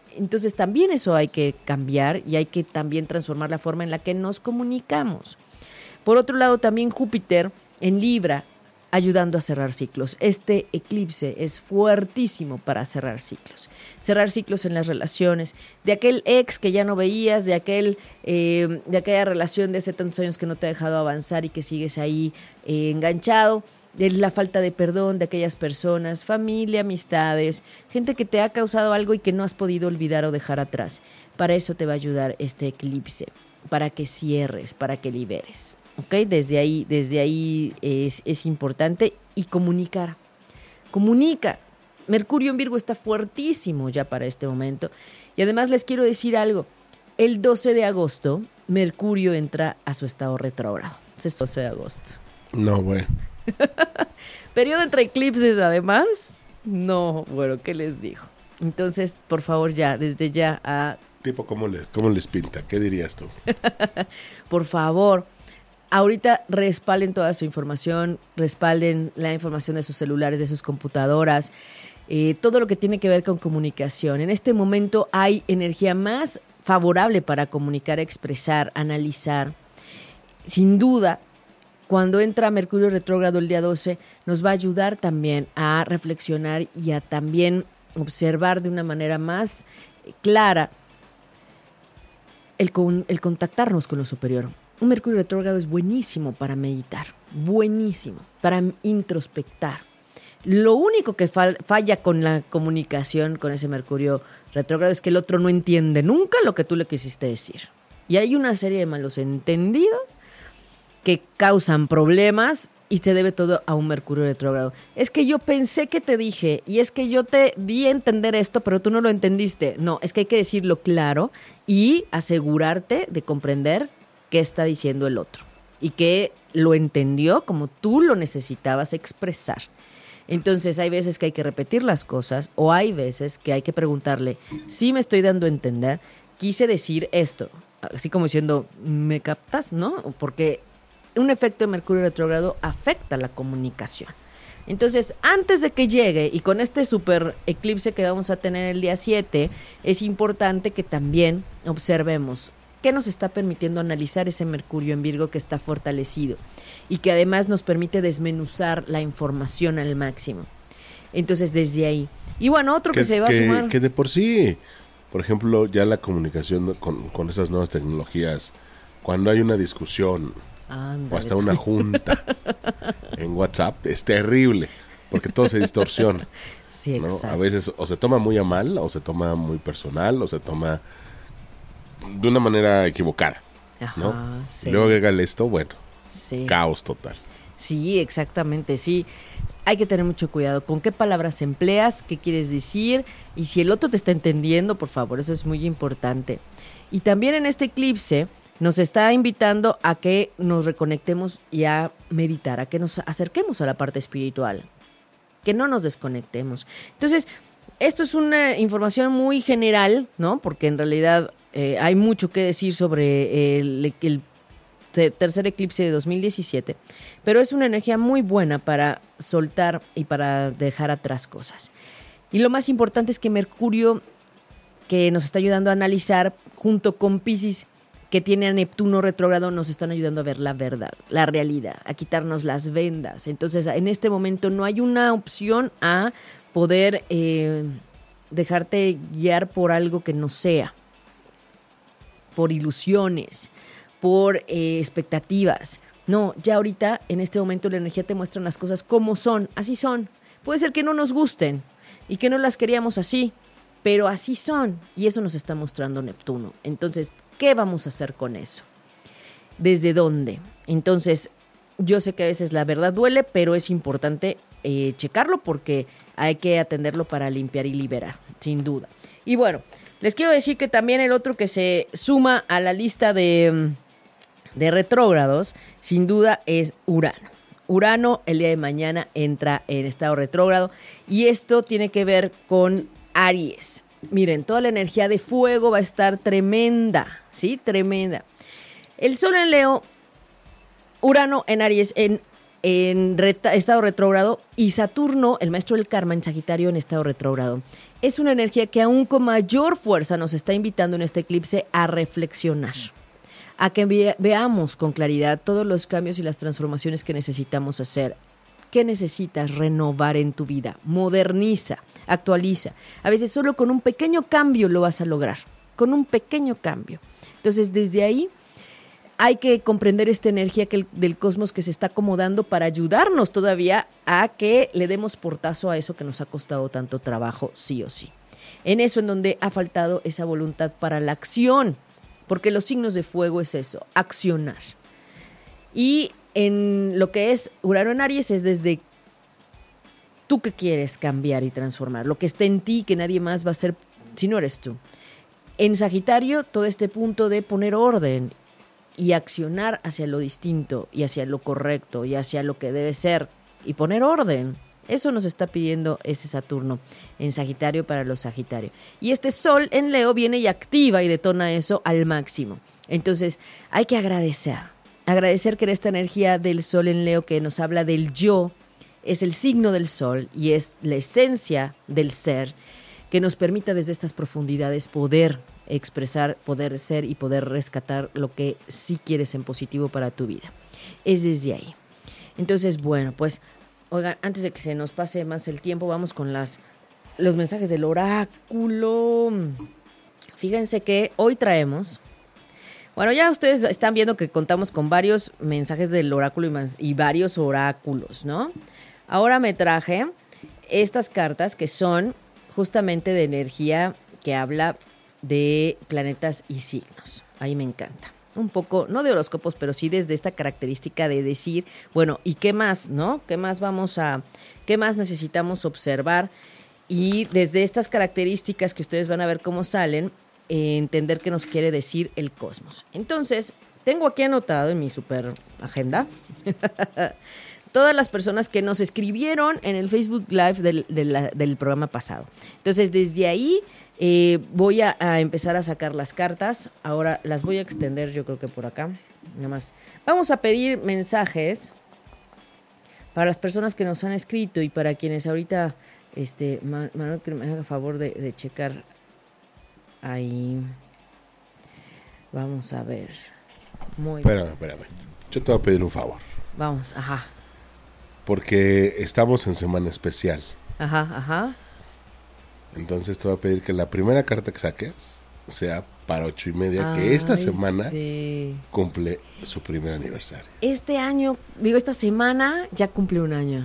Entonces también eso hay que cambiar y hay que también transformar la forma en la que nos comunicamos. Por otro lado, también Júpiter en Libra, ayudando a cerrar ciclos. Este eclipse es fuertísimo para cerrar ciclos. Cerrar ciclos en las relaciones, de aquel ex que ya no veías, de aquella relación de hace tantos años que no te ha dejado avanzar y que sigues ahí enganchado, de la falta de perdón de aquellas personas, familia, amistades, gente que te ha causado algo y que no has podido olvidar o dejar atrás. Para eso te va a ayudar este eclipse, para que cierres, para que liberes. ¿Ok? Desde ahí es importante. Y comunicar. Comunica. Mercurio en Virgo está fuertísimo ya para este momento. Y además les quiero decir algo. El 12 de agosto, Mercurio entra a su estado retrógrado. Es el 12 de agosto. No, güey. Periodo entre eclipses, además. No, bueno, ¿qué les digo? Entonces, por favor, ya, desde ya a... Tipo, ¿cómo les pinta? ¿Qué dirías tú? Por favor, ahorita respalden toda su información, respalden la información de sus celulares, de sus computadoras, todo lo que tiene que ver con comunicación. En este momento hay energía más favorable para comunicar, expresar, analizar. Sin duda, cuando entra Mercurio retrógrado el día 12, nos va a ayudar también a reflexionar y a también observar de una manera más clara el contactarnos con lo superior. Un Mercurio retrógrado es buenísimo para meditar, buenísimo, para introspectar. Lo único que falla con la comunicación con ese Mercurio retrógrado es que el otro no entiende nunca lo que tú le quisiste decir. Y hay una serie de malos entendidos que causan problemas y se debe todo a un Mercurio retrógrado. Es que yo pensé que te dije y es que yo te di a entender esto, pero tú no lo entendiste. No, es que hay que decirlo claro y asegurarte de comprender qué está diciendo el otro y que lo entendió como tú lo necesitabas expresar. Entonces hay veces que hay que repetir las cosas o hay veces que hay que preguntarle, sí me estoy dando a entender, quise decir esto, así como diciendo, ¿me captas? ¿No? Porque un efecto de Mercurio retrógrado afecta la comunicación. Entonces, antes de que llegue y con este super eclipse que vamos a tener el día 7, es importante que también observemos qué nos está permitiendo analizar ese Mercurio en Virgo que está fortalecido y que además nos permite desmenuzar la información al máximo. Entonces, desde ahí. Y bueno, otro que se va a sumar. Que de por sí, por ejemplo, ya la comunicación con esas nuevas tecnologías, cuando hay una discusión o hasta una junta en WhatsApp, es terrible, porque todo se distorsiona. Sí, ¿no? exacto. A veces o se toma muy a mal, o se toma muy personal, o se toma de una manera equivocada. Ajá, ¿no? sí. Y luego agrégale esto, bueno, Sí. caos total. Sí, exactamente, sí. Hay que tener mucho cuidado con qué palabras empleas, qué quieres decir y si el otro te está entendiendo, por favor, eso es muy importante. Y también en este eclipse nos está invitando a que nos reconectemos y a meditar, a que nos acerquemos a la parte espiritual, que no nos desconectemos. Entonces, esto es una información muy general, ¿no? Porque en realidad hay mucho que decir sobre el tercer eclipse de 2017, pero es una energía muy buena para soltar y para dejar atrás cosas. Y lo más importante es que Mercurio, que nos está ayudando a analizar, junto con Piscis, que tiene a Neptuno retrógrado, nos están ayudando a ver la verdad, la realidad, a quitarnos las vendas. Entonces, en este momento no hay una opción a poder dejarte guiar por algo que no sea, por ilusiones, por expectativas. No, ya ahorita, en este momento, la energía te muestra las cosas como son, así son. Puede ser que no nos gusten y que no las queríamos así, pero así son, y eso nos está mostrando Neptuno. Entonces, ¿qué vamos a hacer con eso? ¿Desde dónde? Entonces, yo sé que a veces la verdad duele, pero es importante checarlo porque hay que atenderlo para limpiar y liberar, sin duda. Y bueno, les quiero decir que también el otro que se suma a la lista de retrógrados, sin duda, es Urano. Urano el día de mañana entra en estado retrógrado y esto tiene que ver con Aries. Miren, toda la energía de fuego va a estar tremenda, ¿sí? Tremenda. El Sol en Leo, Urano en Aries, en en estado retrógrado y Saturno, el maestro del karma, en Sagitario en estado retrógrado. Es una energía que aún con mayor fuerza nos está invitando en este eclipse a reflexionar, a que veamos con claridad todos los cambios y las transformaciones que necesitamos hacer. ¿Qué necesitas renovar en tu vida? Moderniza, actualiza. A veces solo con un pequeño cambio lo vas a lograr, con un pequeño cambio. Entonces, desde ahí hay que comprender esta energía del cosmos que se está acomodando para ayudarnos todavía a que le demos portazo a eso que nos ha costado tanto trabajo, sí o sí. En eso en donde ha faltado esa voluntad para la acción, porque los signos de fuego es eso, accionar. Y en lo que es Urano en Aries es desde tú que quieres cambiar y transformar, lo que está en ti que nadie más va a hacer si no eres tú. En Sagitario, todo este punto de poner orden y accionar hacia lo distinto y hacia lo correcto y hacia lo que debe ser y poner orden. Eso nos está pidiendo ese Saturno en Sagitario para los Sagitarios. Y este Sol en Leo viene y activa y detona eso al máximo. Entonces hay que agradecer que esta energía del Sol en Leo que nos habla del yo, es el signo del Sol y es la esencia del ser que nos permita desde estas profundidades poder expresar, poder ser y poder rescatar lo que sí quieres en positivo para tu vida. Es desde ahí. Entonces, bueno, pues, oigan, antes de que se nos pase más el tiempo, vamos con los mensajes del oráculo. Fíjense que hoy traemos... Bueno, ya ustedes están viendo que contamos con varios mensajes del oráculo y varios oráculos, ¿no? Ahora me traje estas cartas que son justamente de energía que habla de planetas y signos. Ahí me encanta. Un poco, no de horóscopos, pero sí desde esta característica de decir, bueno, ¿y qué más, no? ¿Qué más necesitamos observar? Y desde estas características que ustedes van a ver cómo salen, entender qué nos quiere decir el cosmos. Entonces, tengo aquí anotado en mi super agenda todas las personas que nos escribieron en el Facebook Live del programa pasado. Entonces, desde ahí voy a empezar a sacar las cartas. Ahora las voy a extender, yo creo que por acá. Nada más. Vamos a pedir mensajes para las personas que nos han escrito y para quienes ahorita, Manuel, que me haga favor de checar ahí. Vamos a ver. Muy bien. Espérame. Yo te voy a pedir un favor. Vamos, ajá. Porque estamos en semana especial. Ajá. Entonces te voy a pedir que la primera carta que saques sea para 8:30, que esta semana cumple su primer aniversario. Esta semana ya cumple un año.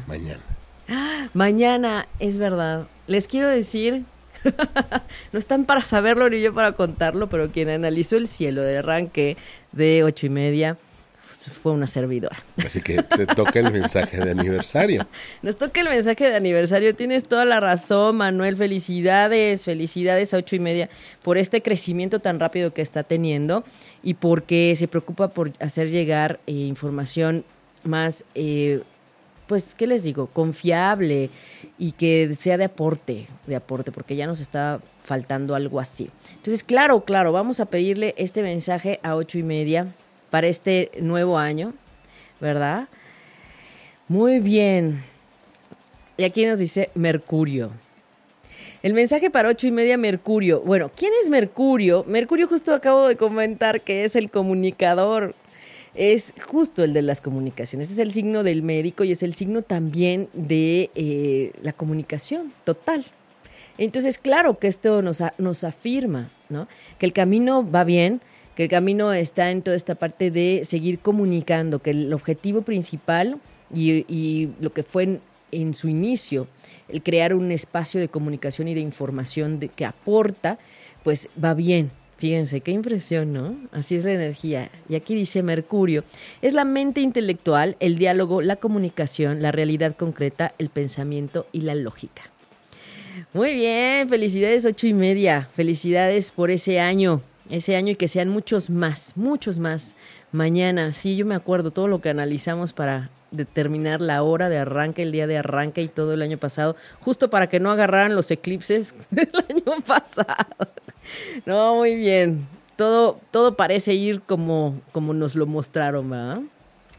Mañana, es verdad. Les quiero decir, no están para saberlo ni yo para contarlo, pero quien analizó el cielo de arranque de 8:30 fue una servidora. Así que te toca el mensaje de aniversario. Nos toca el mensaje de aniversario. Tienes toda la razón, Manuel. Felicidades a 8:30 por este crecimiento tan rápido que está teniendo y porque se preocupa por hacer llegar información más, pues, ¿qué les digo? Confiable y que sea de aporte, porque ya nos está faltando algo así. Entonces, claro, vamos a pedirle este mensaje a 8:30 para este nuevo año, ¿verdad? Muy bien. Y aquí nos dice Mercurio. El mensaje para 8:30, Mercurio. Bueno, ¿quién es Mercurio? Mercurio justo acabo de comentar que es el comunicador. Es justo el de las comunicaciones. Es el signo del médico y es el signo también de la comunicación total. Entonces, claro que esto nos afirma, ¿no? Que el camino va bien, que el camino está en toda esta parte de seguir comunicando, que el objetivo principal y lo que fue en su inicio, el crear un espacio de comunicación y de información que aporta, pues va bien. Fíjense, qué impresión, ¿no? Así es la energía. Y aquí dice Mercurio, es la mente intelectual, el diálogo, la comunicación, la realidad concreta, el pensamiento y la lógica. Muy bien, felicidades 8:30, felicidades por ese año y que sean muchos más mañana. Sí, yo me acuerdo todo lo que analizamos para determinar la hora de arranque, el día de arranque y todo el año pasado, justo para que no agarraran los eclipses del año pasado. No, muy bien. Todo parece ir como nos lo mostraron, ¿verdad?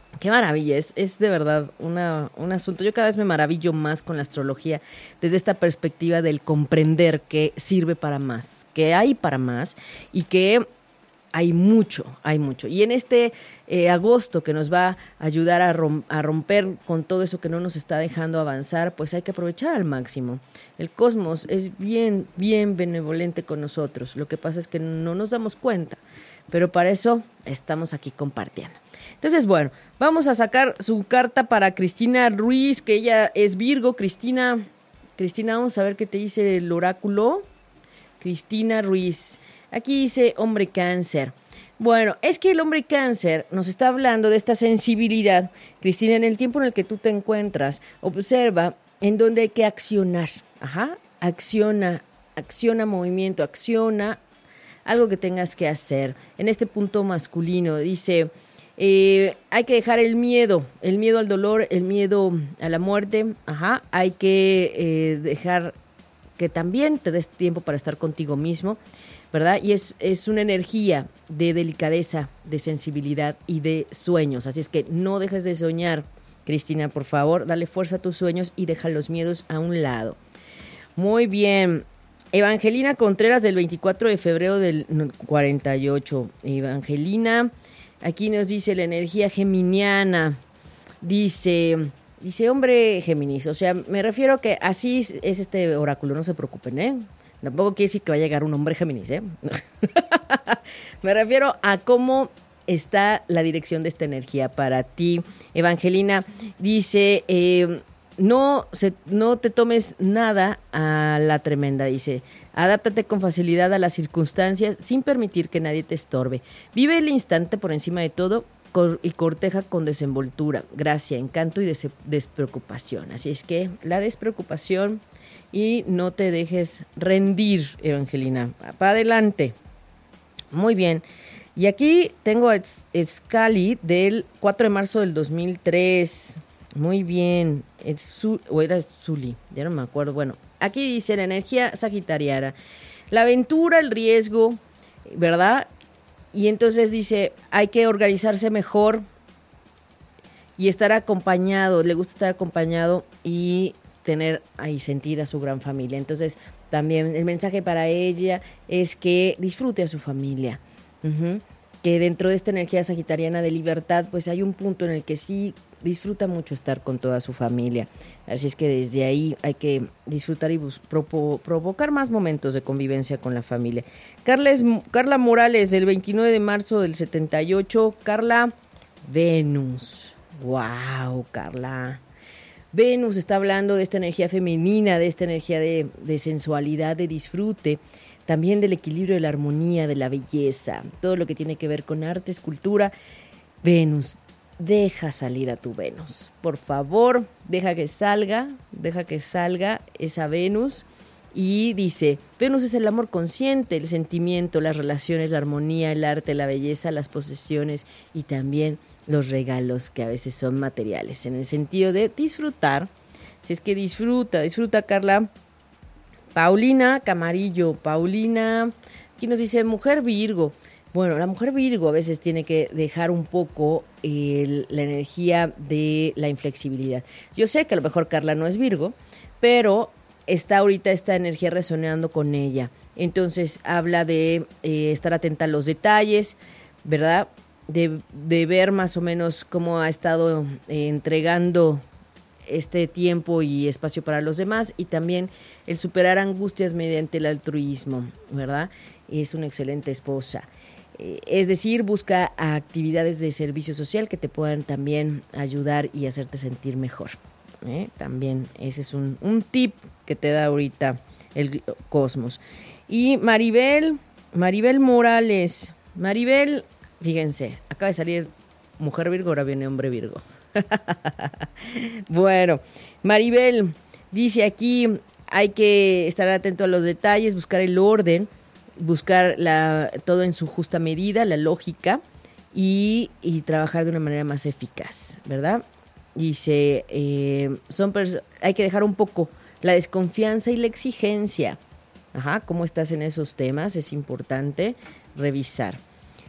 Qué maravilla, es de verdad un asunto. Yo cada vez me maravillo más con la astrología desde esta perspectiva del comprender que sirve para más, que hay para más y que hay mucho, hay mucho. Y en este agosto que nos va a ayudar a romper con todo eso que no nos está dejando avanzar, pues hay que aprovechar al máximo. El cosmos es bien, bien benevolente con nosotros. Lo que pasa es que no nos damos cuenta, pero para eso estamos aquí compartiendo. Entonces, bueno, vamos a sacar su carta para Cristina Ruiz, que ella es Virgo. Cristina, vamos a ver qué te dice el oráculo. Cristina Ruiz. Aquí dice hombre cáncer. Bueno, es que el hombre cáncer nos está hablando de esta sensibilidad. Cristina, en el tiempo en el que tú te encuentras, observa en dónde hay que accionar. Ajá, acciona movimiento, acciona algo que tengas que hacer. En este punto masculino dice, hay que dejar el miedo al dolor, el miedo a la muerte. Ajá, hay que dejar que también te des tiempo para estar contigo mismo, ¿verdad? Y es una energía de delicadeza, de sensibilidad y de sueños. Así es que no dejes de soñar, Cristina, por favor. Dale fuerza a tus sueños y deja los miedos a un lado. Muy bien. Evangelina Contreras, del 24 de febrero del 48. Evangelina, aquí nos dice la energía geminiana. Dice, hombre Géminis, o sea, me refiero a que así es este oráculo, no se preocupen, ¿eh? Tampoco quiere decir que va a llegar un hombre Géminis, ¿eh? Me refiero a cómo está la dirección de esta energía para ti. Evangelina dice, no te tomes nada a la tremenda, dice. Adáptate con facilidad a las circunstancias sin permitir que nadie te estorbe. Vive el instante por encima de todo y corteja con desenvoltura, gracia, encanto y despreocupación. Así es que la despreocupación y no te dejes rendir, Evangelina. Para adelante. Muy bien. Y aquí tengo a Scali del 4 de marzo del 2003. Muy bien. O era Zuli, ya no me acuerdo. Bueno, aquí dice la energía sagitariana. La aventura, el riesgo, ¿verdad? Y entonces dice, hay que organizarse mejor y estar acompañado. Le gusta estar acompañado y tener y sentir a su gran familia. Entonces, también el mensaje para ella es que disfrute a su familia. Que dentro de esta energía sagitariana de libertad, pues hay un punto en el que sí disfruta mucho estar con toda su familia. Así es que desde ahí hay disfrutar y provocar más momentos de convivencia con la familia. Carla Morales, del 29 de marzo del 78. Carla, Venus. ¡Wow, Carla! Venus está hablando de esta energía femenina, de esta energía de sensualidad, de disfrute, también del equilibrio, de la armonía, de la belleza, todo lo que tiene que ver con arte, escultura. Venus, deja salir a tu Venus, por favor, deja que salga esa Venus. Y dice, Venus es el amor consciente, el sentimiento, las relaciones, la armonía, el arte, la belleza, las posesiones y también los regalos que a veces son materiales, en el sentido de disfrutar. Si es que disfruta, Carla. Paulina Camarillo, aquí nos dice mujer Virgo. Bueno, la mujer Virgo a veces tiene que dejar un poco la energía de la inflexibilidad. Yo sé que a lo mejor Carla no es Virgo, pero está ahorita esta energía resonando con ella. Entonces habla de estar atenta a los detalles, ¿verdad? De ver más o menos cómo ha estado entregando este tiempo y espacio para los demás, y también el superar angustias mediante el altruismo, ¿verdad? Es una excelente esposa. Es decir, busca actividades de servicio social que te puedan también ayudar y hacerte sentir mejor. También ese es un tip que te da ahorita el cosmos. Y Maribel Morales. Maribel, fíjense, acaba de salir mujer Virgo, ahora viene hombre Virgo. Bueno, Maribel dice aquí, hay que estar atento a los detalles, buscar el orden, buscar todo en su justa medida, la lógica, y trabajar de una manera más eficaz, ¿verdad? Dice, hay que dejar un poco la desconfianza y la exigencia. ¿Cómo estás en esos temas? Es importante revisar.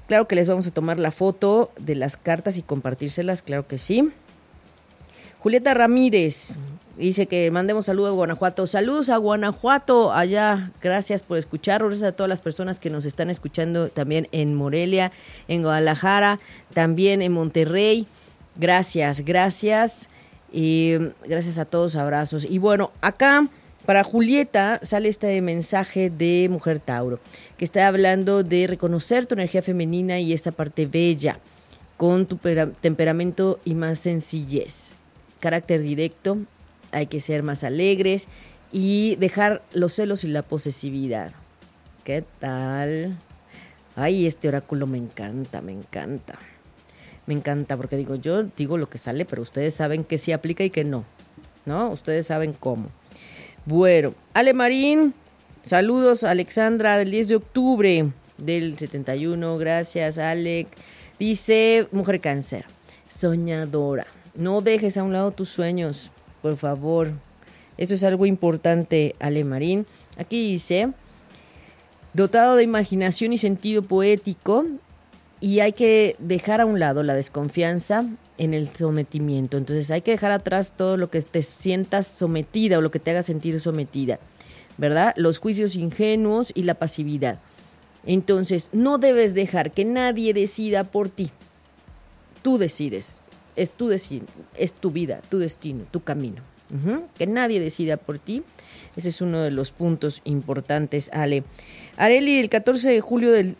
Claro que les vamos a tomar la foto de las cartas y compartírselas, claro que sí. Julieta Ramírez dice que mandemos saludos a Guanajuato. Saludos a Guanajuato, allá. Gracias por escuchar. Gracias a todas las personas que nos están escuchando también en Morelia, en Guadalajara, también en Monterrey. Gracias. Y gracias a todos, abrazos. Y bueno, acá para Julieta sale este mensaje de Mujer Tauro, que está hablando de reconocer tu energía femenina y esta parte bella, con tu temperamento y más sencillez. Carácter directo, hay que ser más alegres y dejar los celos y la posesividad. ¿Qué tal? Ay, este oráculo me encanta. Me encanta porque yo digo lo que sale, pero ustedes saben que sí aplica y que no, ¿no? Ustedes saben cómo. Bueno, Ale Marín, saludos a Alexandra del 10 de octubre del 71, gracias Alec. Dice, Mujer Cáncer, soñadora. No dejes a un lado tus sueños, por favor. Esto es algo importante, Ale Marín. Aquí dice, dotado de imaginación y sentido poético, y hay que dejar a un lado la desconfianza en el sometimiento. Entonces hay que dejar atrás todo lo que te sientas sometida o lo que te haga sentir sometida, ¿verdad? Los juicios ingenuos y la pasividad. Entonces no debes dejar que nadie decida por ti. Tú decides. Es tu vida, tu destino, tu camino. Que nadie decida por ti. Ese es uno de los puntos importantes, Ale. Areli, del 14 de julio de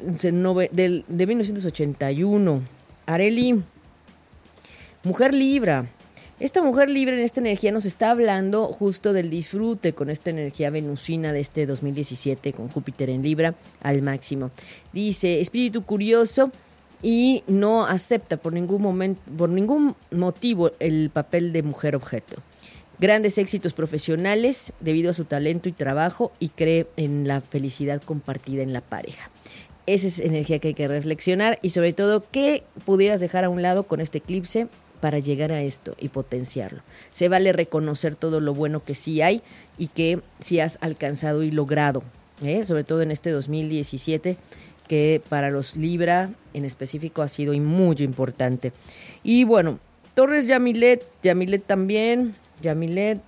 1981. Areli, Mujer Libra. Esta Mujer Libra en esta energía nos está hablando justo del disfrute con esta energía venusina de este 2017 con Júpiter en Libra al máximo. Dice, espíritu curioso y no acepta por ningún motivo el papel de mujer objeto. Grandes éxitos profesionales debido a su talento y trabajo y cree en la felicidad compartida en la pareja. Esa es energía que hay que reflexionar y sobre todo qué pudieras dejar a un lado con este eclipse para llegar a esto y potenciarlo. Se vale reconocer todo lo bueno que sí hay y que sí has alcanzado y logrado, sobre todo en este 2017 que para los Libra en específico ha sido muy importante. Y bueno, Torres Yamilet también, Yamilet,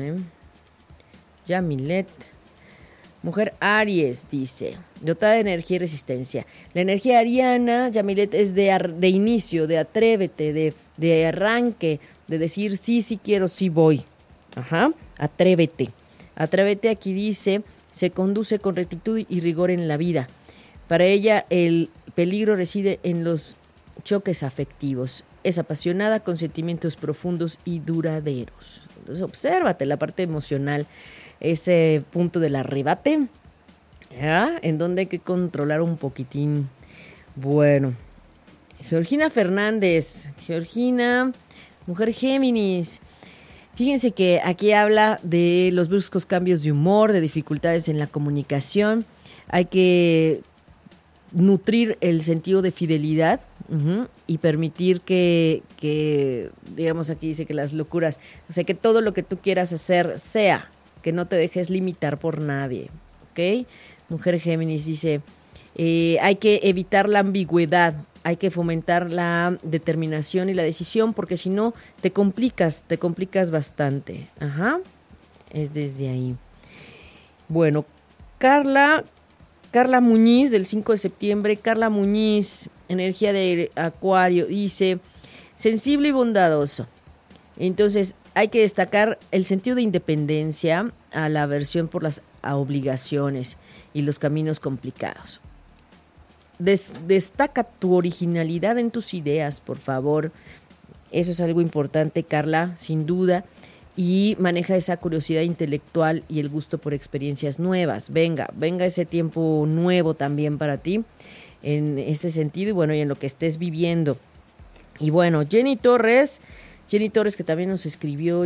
Mujer Aries, dice, dotada de energía y resistencia. La energía ariana, Yamilet, es de inicio, de atrévete, de arranque, de decir sí quiero, sí voy. Atrévete. Atrévete, aquí dice, se conduce con rectitud y rigor en la vida. Para ella el peligro reside en los choques afectivos. Es apasionada con sentimientos profundos y duraderos. Entonces obsérvate la parte emocional, ese punto del arrebate, ¿ya? En donde hay que controlar un poquitín. Bueno, Georgina Fernández, Mujer Géminis. Fíjense que aquí habla de los bruscos cambios de humor, de dificultades en la comunicación. Hay que nutrir el sentido de fidelidad y permitir que, digamos, aquí dice que las locuras, o sea, que todo lo que tú quieras hacer sea, que no te dejes limitar por nadie, ¿ok? Mujer Géminis dice, hay que evitar la ambigüedad, hay que fomentar la determinación y la decisión, porque si no, te complicas bastante. Es desde ahí. Bueno, Carla Muñiz, del 5 de septiembre, Carla Muñiz, energía de Acuario, dice, sensible y bondadoso. Entonces, hay que destacar el sentido de independencia a la aversión por las obligaciones y los caminos complicados. Destaca tu originalidad en tus ideas, por favor. Eso es algo importante, Carla, sin duda. Y maneja esa curiosidad intelectual y el gusto por experiencias nuevas. Venga ese tiempo nuevo también para ti en este sentido y bueno, y en lo que estés viviendo. Y bueno, Jenny Torres, que también nos escribió,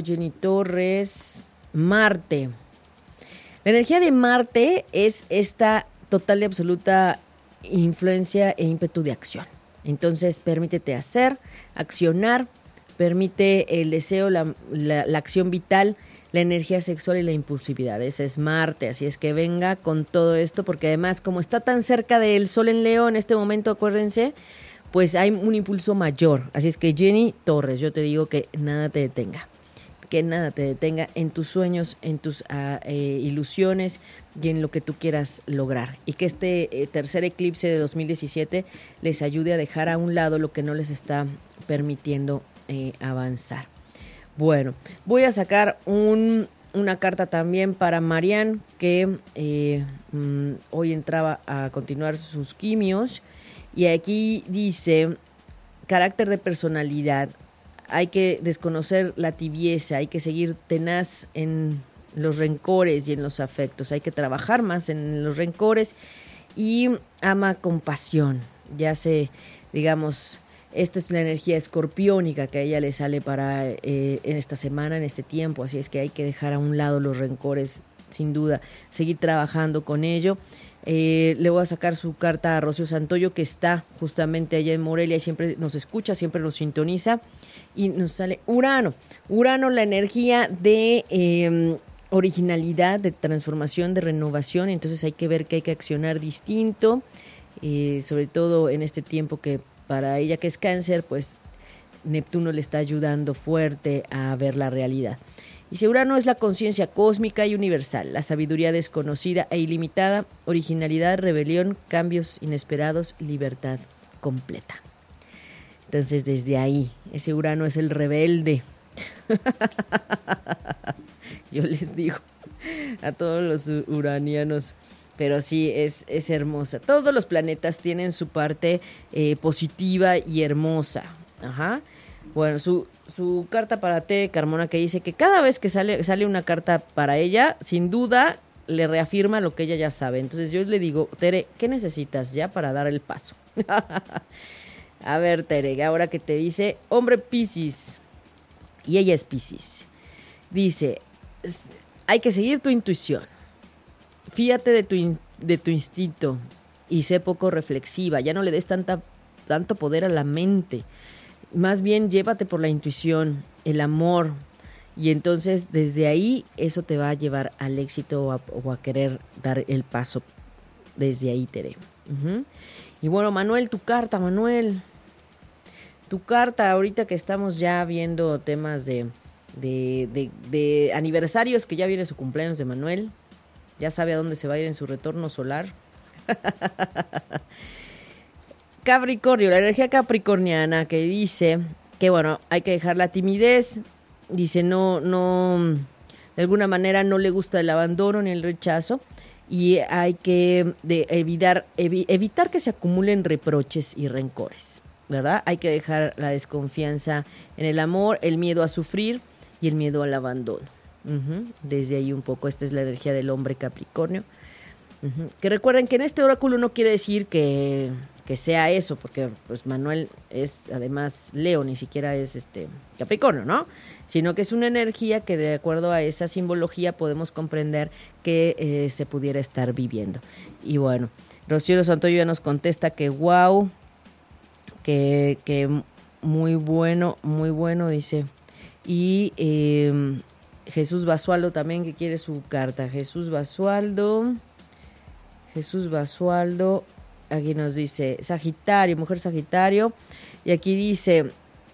Marte. La energía de Marte es esta total y absoluta influencia e ímpetu de acción. Entonces, permítete hacer, accionar, permite el deseo, la acción vital, la energía sexual y la impulsividad. Ese es Marte, así es que venga con todo esto, porque además como está tan cerca del Sol en Leo en este momento, acuérdense, pues hay un impulso mayor. Así es que Jenny Torres, yo te digo que nada te detenga. Que nada te detenga en tus sueños, en tus ilusiones y en lo que tú quieras lograr. Y que este tercer eclipse de 2017 les ayude a dejar a un lado lo que no les está permitiendo avanzar. Bueno, voy a sacar una carta también para Marianne, que hoy entraba a continuar sus quimios. Y aquí dice, carácter de personalidad. Hay que desconocer la tibieza, hay que seguir tenaz en los rencores y en los afectos. Hay que trabajar más en los rencores y ama con pasión. Ya sé, digamos, esta es la energía escorpiónica que a ella le sale para en esta semana, en este tiempo. Así es que hay que dejar a un lado los rencores, sin duda, seguir trabajando con ello. Le voy a sacar su carta a Rocío Santoyo, que está justamente allá en Morelia y siempre nos escucha, siempre nos sintoniza. Y nos sale Urano. Urano, la energía de originalidad, de transformación, de renovación. Entonces hay que ver que hay que accionar distinto, sobre todo en este tiempo que para ella, que es Cáncer, pues Neptuno le está ayudando fuerte a ver la realidad. Y Urano es la conciencia cósmica y universal, la sabiduría desconocida e ilimitada, originalidad, rebelión, cambios inesperados, libertad completa. Entonces, desde ahí, ese Urano es el rebelde. Yo les digo a todos los uranianos, pero sí, es hermosa. Todos los planetas tienen su parte positiva y hermosa. Ajá. Bueno, su carta para Tere Carmona, que dice que cada vez que sale una carta para ella, sin duda le reafirma lo que ella ya sabe. Entonces yo le digo, Tere, ¿qué necesitas ya para dar el paso? A ver, Tere, ahora que te dice, hombre Piscis, y ella es Piscis, dice, hay que seguir tu intuición, fíjate de tu instinto y sé poco reflexiva, ya no le des tanto poder a la mente, más bien llévate por la intuición, el amor, y entonces desde ahí eso te va a llevar al éxito o a querer dar el paso desde ahí, Tere. Uh-huh. Y bueno, Manuel, tu carta, Manuel. Tu carta, ahorita que estamos ya viendo temas de aniversarios, que ya viene su cumpleaños de Manuel, ya sabe a dónde se va a ir en su retorno solar. Capricornio, la energía capricorniana, que dice que bueno, hay que dejar la timidez, dice no, de alguna manera no le gusta el abandono ni el rechazo, y hay que evitar que se acumulen reproches y rencores, ¿verdad? Hay que dejar la desconfianza en el amor, el miedo a sufrir y el miedo al abandono. Uh-huh. Desde ahí un poco, esta es la energía del hombre Capricornio. Uh-huh. Que recuerden que en este oráculo no quiere decir que sea eso, porque pues Manuel es además Leo, ni siquiera es Capricornio, ¿no? Sino que es una energía que de acuerdo a esa simbología podemos comprender que se pudiera estar viviendo. Y bueno, Rocío Santoyo ya nos contesta que wow, que muy bueno, dice. Y Jesús Basualdo también, que quiere su carta. Jesús Basualdo, aquí nos dice Sagitario, mujer Sagitario, y aquí dice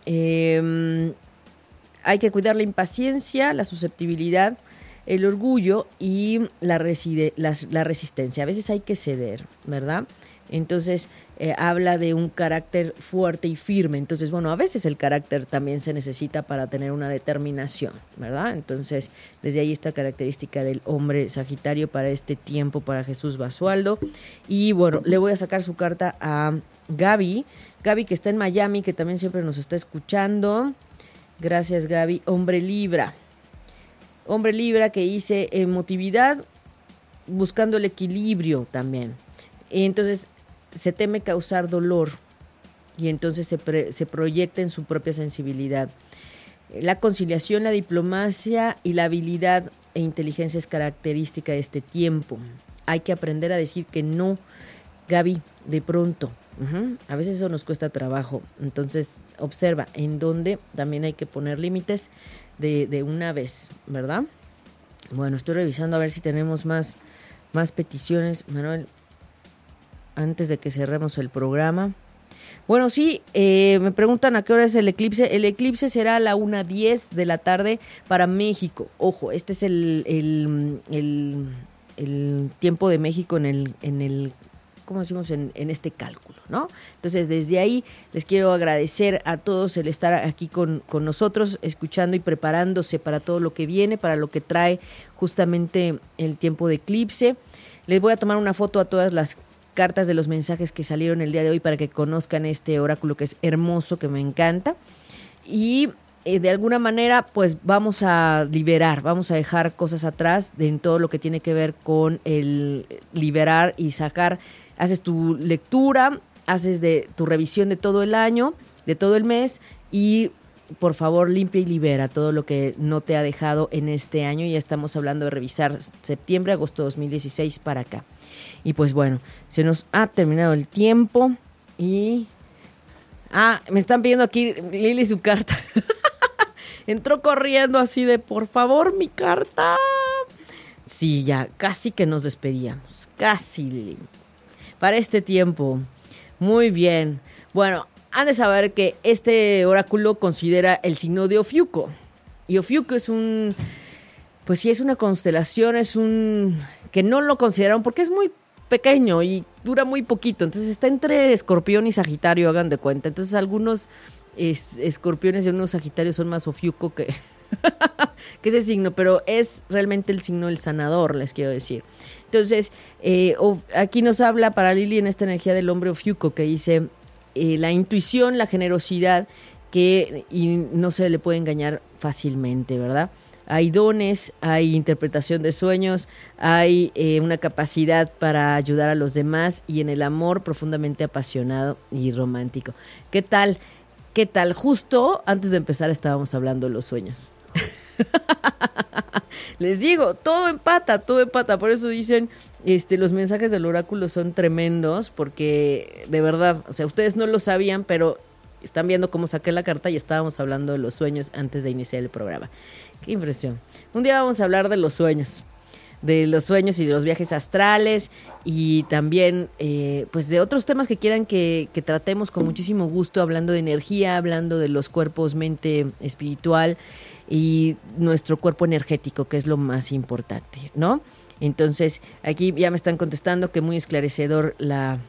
hay que cuidar la impaciencia, la susceptibilidad, el orgullo y la resistencia. A veces hay que ceder, ¿verdad? Entonces habla de un carácter fuerte y firme. Entonces, bueno, a veces el carácter también se necesita para tener una determinación, ¿verdad? Entonces, desde ahí esta característica del hombre Sagitario para este tiempo, para Jesús Basualdo. Y bueno, le voy a sacar su carta a Gaby, que está en Miami, que también siempre nos está escuchando. Gracias, Gaby. Hombre Libra, que dice emotividad, buscando el equilibrio también. Entonces se teme causar dolor y entonces se proyecta en su propia sensibilidad. La conciliación, la diplomacia y la habilidad e inteligencia es característica de este tiempo. Hay que aprender a decir que no, Gaby, de pronto. A veces eso nos cuesta trabajo. Entonces observa en dónde también hay que poner límites de una vez, ¿verdad? Bueno, estoy revisando a ver si tenemos más peticiones, Manuel, antes de que cerremos el programa. Bueno, sí, me preguntan a qué hora es el eclipse. El eclipse será a la 1:10 de la tarde para México. Ojo, este es el tiempo de México en el ¿cómo decimos? En este cálculo, ¿no? Entonces, desde ahí les quiero agradecer a todos el estar aquí con nosotros, escuchando y preparándose para todo lo que viene, para lo que trae justamente el tiempo de eclipse. Les voy a tomar una foto a todas las cartas de los mensajes que salieron el día de hoy para que conozcan este oráculo que es hermoso, que me encanta. Y de alguna manera, pues vamos a liberar, vamos a dejar cosas atrás en todo lo que tiene que ver con el liberar y sacar. Haces tu lectura, haces de tu revisión de todo el año, de todo el mes, y por favor limpia y libera todo lo que no te ha dejado en este año. Ya estamos hablando de revisar septiembre, agosto 2016 para acá. Y pues bueno, se nos ha terminado el tiempo y... me están pidiendo aquí, Lili, su carta. Entró corriendo así de, por favor, mi carta. Sí, ya, casi que nos despedíamos. Casi, Lili. Para este tiempo. Muy bien. Bueno, han de saber que este oráculo considera el signo de Ofiuco. Y Ofiuco es pues sí, es una constelación, que no lo consideraron porque es muy pequeño y dura muy poquito. Entonces está entre Escorpión y Sagitario, hagan de cuenta. Entonces algunos escorpiones y unos sagitarios son más Ofiuco que ese signo, pero es realmente el signo del sanador, les quiero decir. Entonces, aquí nos habla para Lili en esta energía del hombre Ofiuco, que dice la intuición, la generosidad, y no se le puede engañar fácilmente, ¿verdad? Hay dones, hay interpretación de sueños, hay una capacidad para ayudar a los demás y en el amor profundamente apasionado y romántico. ¿Qué tal? ¿Qué tal? Justo antes de empezar estábamos hablando de los sueños. Les digo, todo empata, por eso dicen, los mensajes del oráculo son tremendos, porque de verdad, o sea, ustedes no lo sabían, pero están viendo cómo saqué la carta y estábamos hablando de los sueños antes de iniciar el programa. Qué impresión. Un día vamos a hablar de los sueños y de los viajes astrales y también pues de otros temas que quieran que tratemos con muchísimo gusto, hablando de energía, hablando de los cuerpos, mente espiritual y nuestro cuerpo energético, que es lo más importante, ¿no? Entonces, aquí ya me están contestando que muy esclarecedor la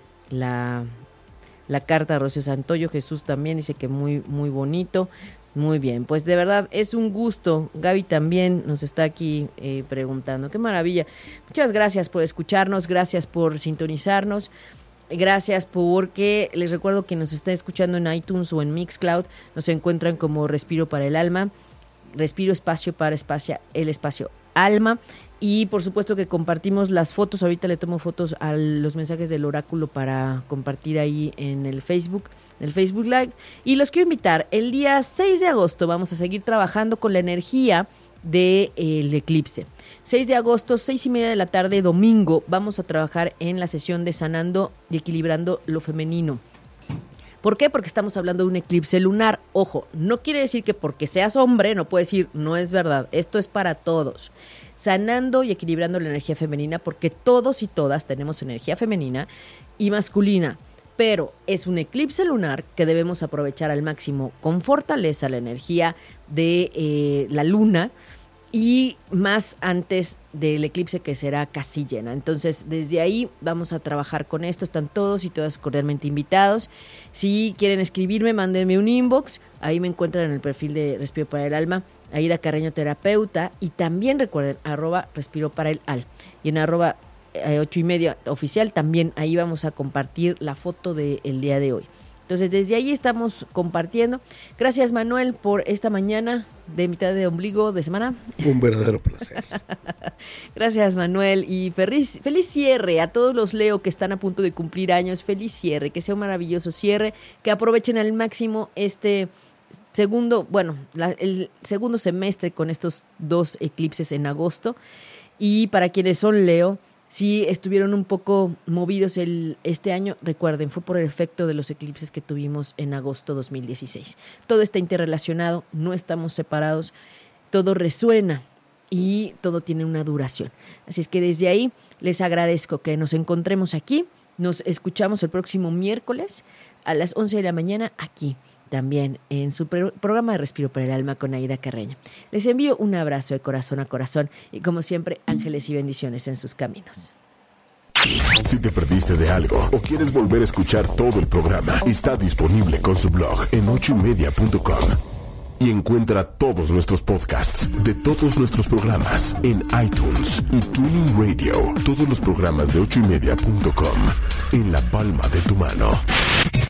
carta de Rocío Santoyo. Jesús también dice que muy, muy bonito. Muy bien, pues de verdad es un gusto. Gaby también nos está aquí preguntando. Qué maravilla. Muchas gracias por escucharnos, gracias por sintonizarnos. Gracias porque les recuerdo que nos está escuchando en iTunes o en Mixcloud. Nos encuentran como Respiro para el Alma. Respiro espacio para el espacio alma. Y por supuesto que compartimos las fotos. Ahorita le tomo fotos a los mensajes del oráculo para compartir ahí en el Facebook Live. Y los quiero invitar, el día 6 de agosto vamos a seguir trabajando con la energía del eclipse. 6 de agosto, 6:30 de la tarde, domingo, vamos a trabajar en la sesión de sanando y equilibrando lo femenino. ¿Por qué? Porque estamos hablando de un eclipse lunar. Ojo, no quiere decir que porque seas hombre no puedes decir, no es verdad. Esto es para todos. Sanando y equilibrando la energía femenina, porque todos y todas tenemos energía femenina y masculina. Pero es un eclipse lunar que debemos aprovechar al máximo con fortaleza la energía de la luna y más antes del eclipse, que será casi llena. Entonces, desde ahí vamos a trabajar con esto. Están todos y todas cordialmente invitados. Si quieren escribirme, mándenme un inbox. Ahí me encuentran en el perfil de Respiro para el Alma, Aida Carreño Terapeuta. Y también recuerden, @Respiro para el Al. Y en @8:30 oficial, también ahí vamos a compartir la foto del día de hoy. Entonces, desde ahí estamos compartiendo. Gracias, Manuel, por esta mañana de mitad de ombligo de semana. Un verdadero placer. Gracias, Manuel. Y feliz cierre a todos los Leo que están a punto de cumplir años. Feliz cierre, que sea un maravilloso cierre, que aprovechen al máximo el segundo semestre con estos 2 eclipses en agosto. Y para quienes son Leo, si estuvieron un poco movidos este año, recuerden, fue por el efecto de los eclipses que tuvimos en agosto 2016. Todo está interrelacionado, no estamos separados, todo resuena y todo tiene una duración. Así es que desde ahí les agradezco que nos encontremos aquí. Nos escuchamos el próximo miércoles a las 11 de la mañana aquí, también en su programa de Respiro para el Alma con Aida Carreño. Les envío un abrazo de corazón a corazón y como siempre, ángeles y bendiciones en sus caminos. Si te perdiste de algo o quieres volver a escuchar todo el programa, está disponible con su blog en 8ymedia.com. Y encuentra todos nuestros podcasts de todos nuestros programas en iTunes y Tuning Radio. Todos los programas de 8ymedia.com en la palma de tu mano.